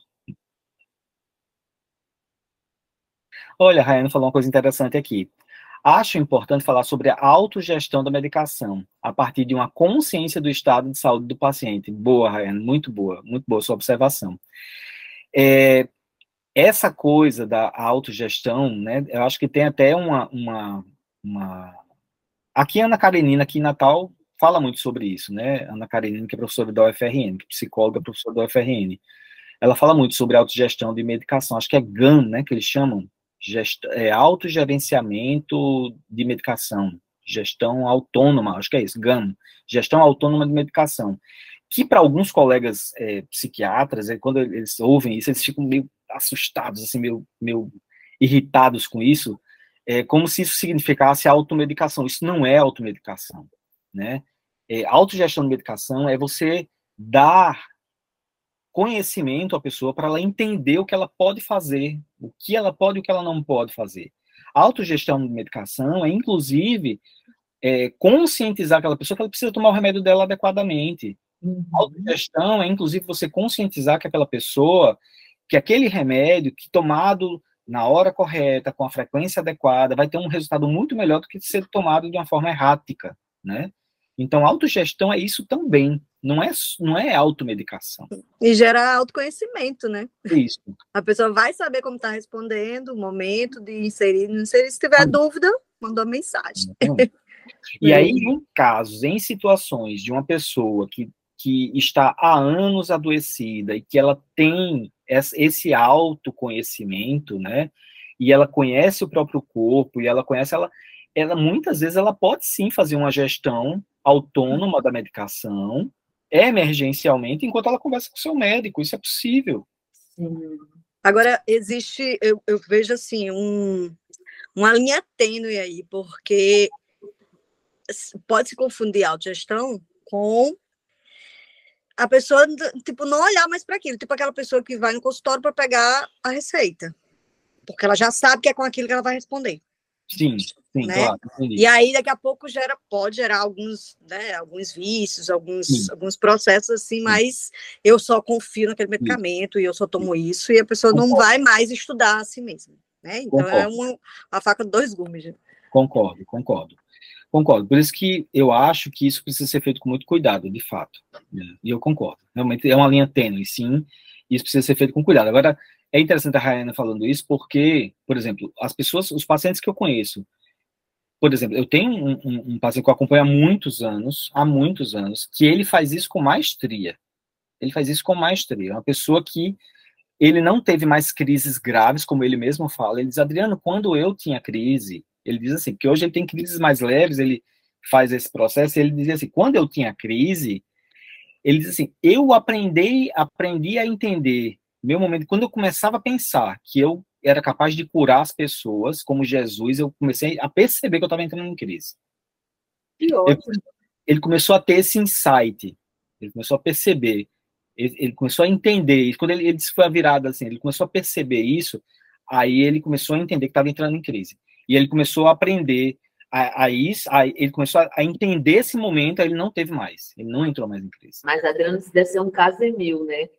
B: Olha, a Rayane falou uma coisa interessante aqui. Acho importante falar sobre a autogestão da medicação, a partir de uma consciência do estado de saúde do paciente. Boa, Rayane, muito boa, muito boa sua observação. É, essa coisa da autogestão, né, eu acho que tem até uma, uma, uma... Aqui a Ana Karenina, aqui em Natal, fala muito sobre isso, né, Ana Karenina, que é professora da U F R N, que é psicóloga, professora da U F R N. ela fala muito sobre autogestão de medicação, acho que é GAM, né, que eles chamam, Gest é, autogerenciamento de medicação, gestão autônoma, acho que é isso, GAM, gestão autônoma de medicação, que para alguns colegas é, psiquiatras, é, quando eles ouvem isso, eles ficam meio assustados, assim, meio, meio irritados com isso, é, como se isso significasse automedicação. Isso não é automedicação, né? É, autogestão de medicação é você dar conhecimento à pessoa para ela entender o que ela pode fazer, o que ela pode e o que ela não pode fazer. A autogestão de medicação é, inclusive, é, conscientizar aquela pessoa que ela precisa tomar o remédio dela adequadamente. Uhum. Autogestão é, inclusive, você conscientizar que aquela pessoa, que aquele remédio, que tomado na hora correta, com a frequência adequada, vai ter um resultado muito melhor do que ser tomado de uma forma errática, né? Então, autogestão é isso também, não é, não é automedicação.
D: E gera autoconhecimento, né?
B: Isso.
D: A pessoa vai saber como está respondendo, o momento de inserir, não inserir. Se tiver ah. dúvida, mandou mensagem.
B: E aí, em casos, em situações de uma pessoa que, que está há anos adoecida e que ela tem esse autoconhecimento, né? E ela conhece o próprio corpo, e ela conhece, ela, ela muitas vezes ela pode sim fazer uma gestão autônoma da medicação, emergencialmente, enquanto ela conversa com o seu médico. Isso é possível.
D: Sim. Agora, existe, eu, eu vejo assim, um, uma linha tênue aí, porque pode se confundir a autogestão com a pessoa, tipo, não olhar mais para aquilo, tipo aquela pessoa que vai no consultório para pegar a receita, porque ela já sabe que é com aquilo que ela vai responder.
B: Sim, sim,
D: né?
B: Claro.
D: E aí, daqui a pouco, gera, pode gerar alguns, né, alguns vícios, alguns, alguns processos assim, mas eu só confio naquele medicamento sim. e eu só tomo isso, e a pessoa Concordo. Não vai mais estudar a si mesma, né? Então, concordo. É uma, uma faca de dois gumes. Né?
B: Concordo, concordo. Concordo. Por isso que eu acho que isso precisa ser feito com muito cuidado, de fato. E eu concordo. Realmente é uma linha tênue, sim, e isso precisa ser feito com cuidado. Agora, é interessante a Rayana falando isso, porque, por exemplo, as pessoas, os pacientes que eu conheço, por exemplo, eu tenho um, um, um paciente que eu acompanho há muitos anos, há muitos anos, que ele faz isso com maestria. Ele faz isso com maestria. É uma pessoa que ele não teve mais crises graves, como ele mesmo fala. Ele diz, Adriano, quando eu tinha crise, ele diz assim, que hoje ele tem crises mais leves, ele faz esse processo, e ele diz assim, quando eu tinha crise, ele diz assim, eu aprendi, aprendi a entender meu momento, quando eu começava a pensar que eu era capaz de curar as pessoas, como Jesus, eu comecei a perceber que eu estava entrando em crise.
C: Que ótimo.
B: Ele, ele começou a ter esse insight, ele começou a perceber, ele, ele começou a entender, e quando ele, ele disse que foi a virada, assim, ele começou a perceber isso, aí ele começou a entender que estava entrando em crise. E ele começou a aprender a, a isso, a, ele começou a, a entender esse momento, aí ele não teve mais, ele não entrou mais em crise.
C: Mas, Adriano, isso deve ser um caso em mil, né?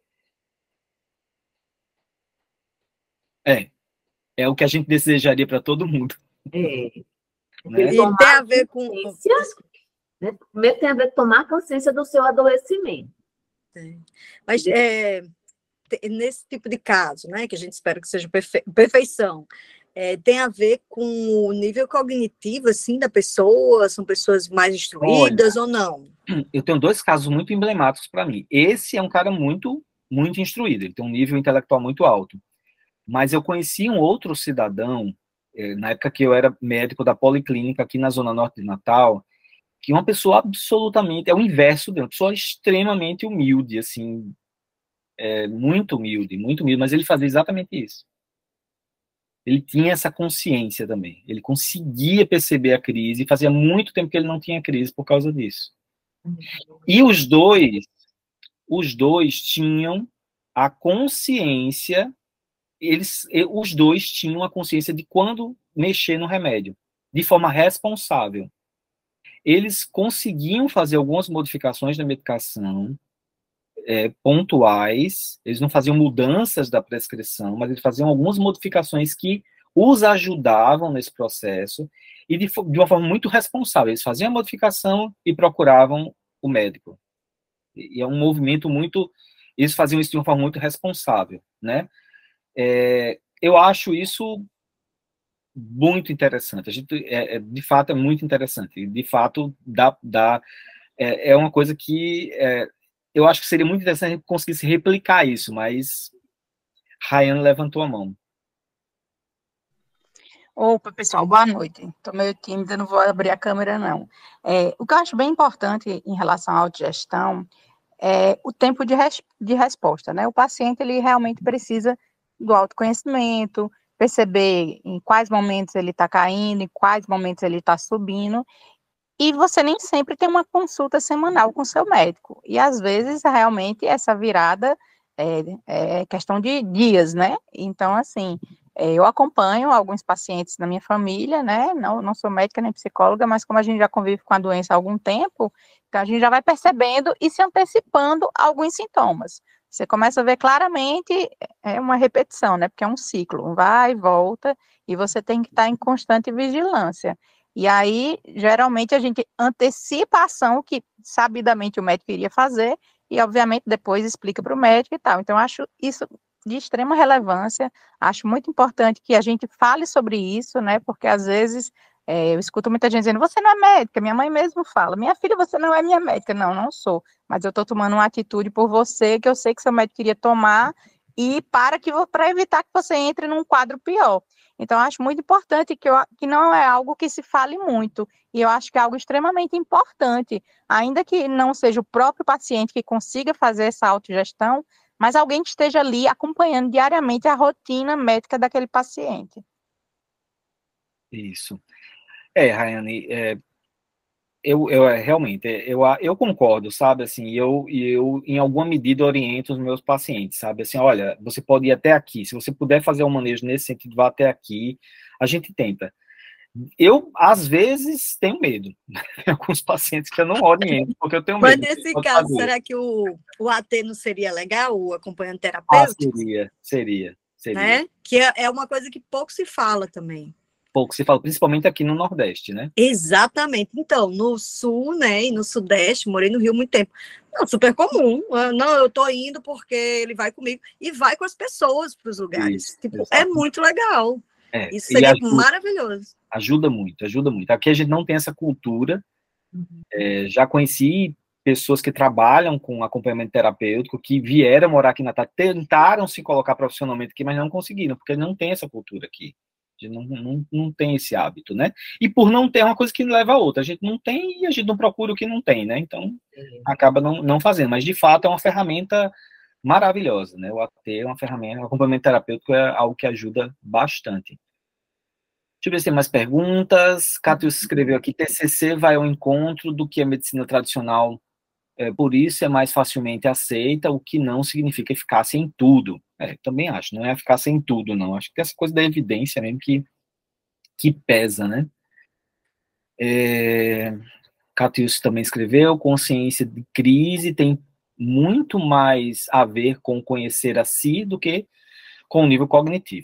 B: É, é o que a gente desejaria para todo mundo.
C: É.
B: Né?
D: E tem a ver com...
C: Né? Primeiro tem a ver com tomar consciência do seu adoecimento.
D: É. Mas é, nesse tipo de caso, né, que a gente espera que seja perfe... perfeição, é, tem a ver com o nível cognitivo, assim, da pessoa? São pessoas mais instruídas Olha, ou não?
B: Eu tenho dois casos muito emblemáticos para mim. Esse é um cara muito, muito instruído, ele tem um nível intelectual muito alto. Mas eu conheci um outro cidadão, eh, na época que eu era médico da Policlínica aqui na Zona Norte de Natal, que é uma pessoa absolutamente, é o inverso dele, uma pessoa extremamente humilde, assim, é, muito humilde, muito humilde, mas ele fazia exatamente isso. Ele tinha essa consciência também, ele conseguia perceber a crise, e fazia muito tempo que ele não tinha crise por causa disso. E os dois, os dois tinham a consciência, eles, os dois tinham a consciência de quando mexer no remédio, de forma responsável. Eles conseguiam fazer algumas modificações na medicação, é, pontuais, eles não faziam mudanças da prescrição, mas eles faziam algumas modificações que os ajudavam nesse processo, e de, de uma forma muito responsável. Eles faziam a modificação e procuravam o médico. E é um movimento muito... Eles faziam isso de uma forma muito responsável, né? É, eu acho isso muito interessante. A gente, é, é, de fato, é muito interessante. De fato, dá, dá, é, é uma coisa que é, eu acho que seria muito interessante a gente conseguisse replicar isso, mas Rayane levantou a mão.
E: Opa, pessoal, boa noite. Estou meio tímida, não vou abrir a câmera, não. É, o que eu acho bem importante em relação à autogestão é o tempo de, res, de resposta, né? O paciente, ele realmente precisa do autoconhecimento, perceber em quais momentos ele está caindo, em quais momentos ele está subindo, e você nem sempre tem uma consulta semanal com seu médico. E, às vezes, realmente, essa virada é, é questão de dias, né? Então, assim... Eu acompanho alguns pacientes da minha família, né? Não, não sou médica nem psicóloga, mas como a gente já convive com a doença há algum tempo, então a gente já vai percebendo e se antecipando a alguns sintomas. Você começa a ver claramente, é uma repetição, né? Porque é um ciclo, vai e volta, e você tem que estar em constante vigilância. E aí, geralmente, a gente antecipa a ação que sabidamente o médico iria fazer, e obviamente depois explica para o médico e tal. Então, eu acho isso de extrema relevância, acho muito importante que a gente fale sobre isso, né, porque às vezes é, eu escuto muita gente dizendo, você não é médica, minha mãe mesmo fala, minha filha, você não é minha médica, não, não sou, mas eu estou tomando uma atitude por você, que eu sei que seu médico queria tomar, e para, que, para evitar que você entre num quadro pior. Então, eu acho muito importante que, eu, que não é algo que se fale muito, e eu acho que é algo extremamente importante, ainda que não seja o próprio paciente que consiga fazer essa autogestão, mas alguém que esteja ali acompanhando diariamente a rotina médica daquele paciente.
B: Isso. É, Rayane, é, eu, eu realmente, eu, eu concordo, sabe, assim, eu, eu, em alguma medida, oriento os meus pacientes, sabe, assim, olha, você pode ir até aqui, se você puder fazer um manejo nesse sentido, vá até aqui, a gente tenta. Eu, às vezes, tenho medo. Tem alguns pacientes que eu não oriento, porque eu tenho medo.
D: Mas nesse caso, fazer. Será que o, o A T não seria legal, o acompanhante terapêutico?
B: Ah, seria, seria, seria.
D: Né? Que é, é uma coisa que pouco se fala também.
B: Pouco se fala, principalmente aqui no Nordeste, né?
D: Exatamente. Então, no Sul, né, e no Sudeste, morei no Rio há muito tempo. Não, super comum. Não, eu tô indo porque ele vai comigo. E vai com as pessoas para os lugares. Isso, tipo, é muito legal. É, isso seria ajuda, maravilhoso.
B: Ajuda muito, ajuda muito. Aqui a gente não tem essa cultura. Uhum. É, já conheci pessoas que trabalham com acompanhamento terapêutico, que vieram morar aqui na Natal, tentaram se colocar profissionalmente aqui, mas não conseguiram, porque não tem essa cultura aqui. A gente não, não, não tem esse hábito, né? E por não ter, é uma coisa que leva a outra. A gente não tem e a gente não procura o que não tem, né? Então, uhum. acaba não, não fazendo. Mas, de fato, é uma ferramenta maravilhosa, né? O A T é uma ferramenta, o acompanhamento terapêutico é algo que ajuda bastante. Deixa eu ver se tem mais perguntas. Cátius escreveu aqui, T C C vai ao encontro do que a medicina tradicional, é, por isso é mais facilmente aceita, o que não significa eficácia em tudo. É, também acho, não é eficácia em tudo, não. Acho que essa coisa da evidência mesmo que, que pesa, né? É, Cátius também escreveu, consciência de crise tem muito mais a ver com conhecer a si do que com o nível cognitivo.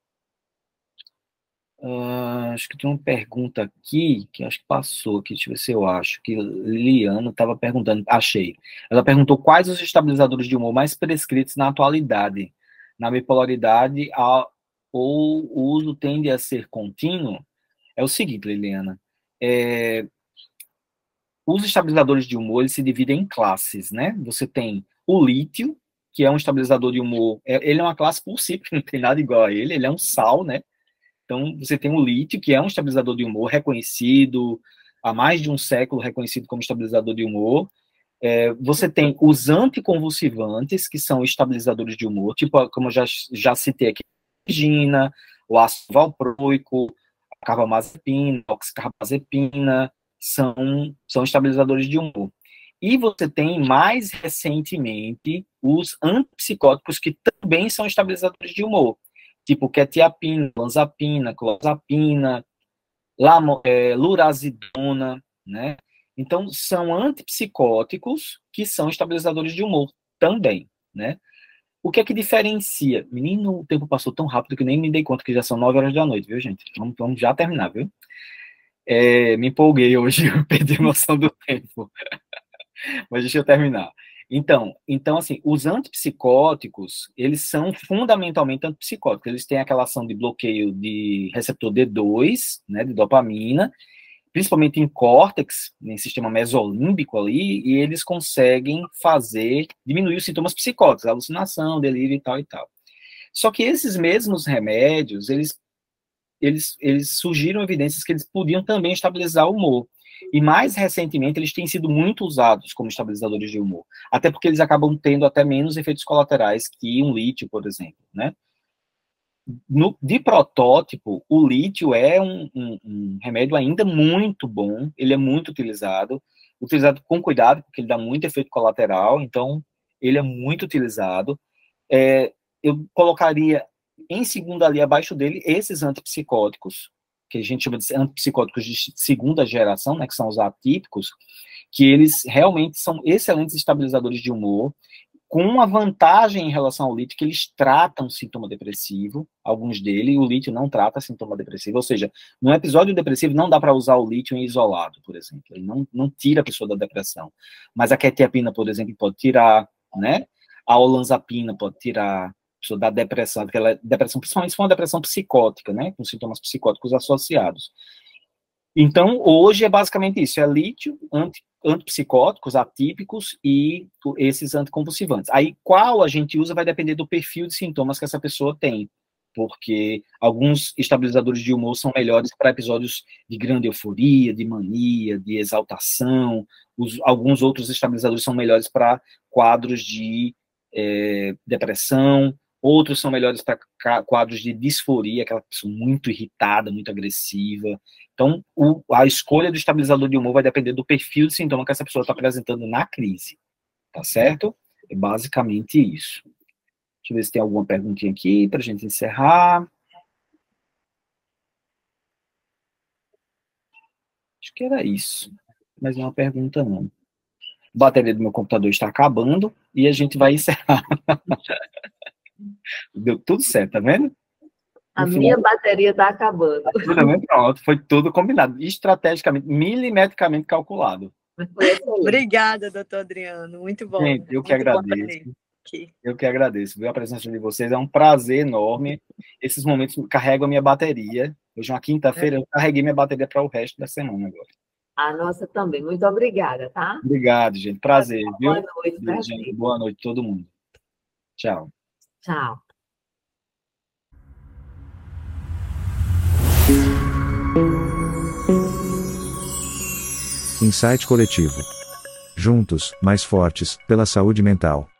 B: Uh, acho que tem uma pergunta aqui, que acho que passou aqui, deixa eu ver se eu acho, que Liliana estava perguntando, achei. Ela perguntou quais os estabilizadores de humor mais prescritos na atualidade. Na bipolaridade, a, ou o uso tende a ser contínuo? É o seguinte, Liliana, é, os estabilizadores de humor, eles se dividem em classes, né? Você tem o lítio, que é um estabilizador de humor, é, ele é uma classe por si, porque não tem nada igual a ele, ele é um sal, né? Então, você tem o lítio, que é um estabilizador de humor reconhecido, há mais de um século reconhecido como estabilizador de humor. É, você tem os anticonvulsivantes, que são estabilizadores de humor, tipo, como eu já, já citei aqui, a Gina, o ácido valproico, a carbamazepina, a oxcarbazepina, são, são estabilizadores de humor. E você tem, mais recentemente, os antipsicóticos, que também são estabilizadores de humor, tipo quetiapina, olanzapina, clozapina, é, lurazidona, né? Então, são antipsicóticos que são estabilizadores de humor também, né? O que é que diferencia? Menino, o tempo passou tão rápido que eu nem me dei conta que já são nove horas da noite, viu, gente? Vamos, vamos já terminar, viu? É, me empolguei hoje, eu perdi a noção do tempo. Mas deixa eu terminar. Então, então, assim, os antipsicóticos, eles são fundamentalmente antipsicóticos. Eles têm aquela ação de bloqueio de receptor D dois, né, de dopamina, principalmente em córtex, em sistema mesolímbico ali, e eles conseguem fazer, diminuir os sintomas psicóticos, alucinação, delírio e tal e tal. Só que esses mesmos remédios, eles, eles, eles surgiram evidências que eles podiam também estabilizar o humor. E mais recentemente, eles têm sido muito usados como estabilizadores de humor. Até porque eles acabam tendo até menos efeitos colaterais que um lítio, por exemplo, né? No, de protótipo, o lítio é um, um, um remédio ainda muito bom, ele é muito utilizado, utilizado com cuidado, porque ele dá muito efeito colateral, então ele é muito utilizado. É, eu colocaria em segunda ali, abaixo dele, esses antipsicóticos, que a gente chama de antipsicóticos de segunda geração, né, que são os atípicos, que eles realmente são excelentes estabilizadores de humor, com uma vantagem em relação ao lítio, que eles tratam sintoma depressivo, alguns deles, e o lítio não trata sintoma depressivo, ou seja, num episódio depressivo não dá para usar o lítio em isolado, por exemplo, ele não, não tira a pessoa da depressão, mas a quetiapina, por exemplo, pode tirar, né, a olanzapina pode tirar a pessoa da depressão, aquela depressão, principalmente se for uma depressão psicótica, né, com sintomas psicóticos associados. Então, hoje é basicamente isso, é lítio, anti, antipsicóticos, atípicos e esses anticonvulsivantes. Aí, qual a gente usa vai depender do perfil de sintomas que essa pessoa tem, porque alguns estabilizadores de humor são melhores para episódios de grande euforia, de mania, de exaltação, os, alguns outros estabilizadores são melhores para quadros de é, depressão, outros são melhores para quadros de disforia, aquela pessoa muito irritada, muito agressiva. Então, o, a escolha do estabilizador de humor vai depender do perfil de sintoma que essa pessoa está apresentando na crise, tá certo? É basicamente isso. Deixa eu ver se tem alguma perguntinha aqui para a gente encerrar. Acho que era isso, mas não é uma pergunta, não. A bateria do meu computador está acabando e a gente vai encerrar. Deu tudo certo, tá vendo?
C: A no minha final, bateria está acabando.
B: Pronto, foi tudo combinado, estrategicamente, milimetricamente calculado.
D: Obrigada, doutor Adriano, muito bom.
B: Gente, eu que
D: muito
B: agradeço. Eu que agradeço, viu? A presença de vocês é um prazer enorme. Esses momentos carregam a minha bateria. Hoje é uma quinta-feira, é. eu carreguei minha bateria para o resto da semana agora.
C: A nossa também. Muito obrigada, tá?
B: Obrigado, gente. Prazer,
C: boa
B: viu?
C: Boa noite,
B: Boa, gente. Boa noite a todo mundo. Tchau.
C: Tchau.
A: Insight coletivo. Juntos, mais fortes, pela saúde mental.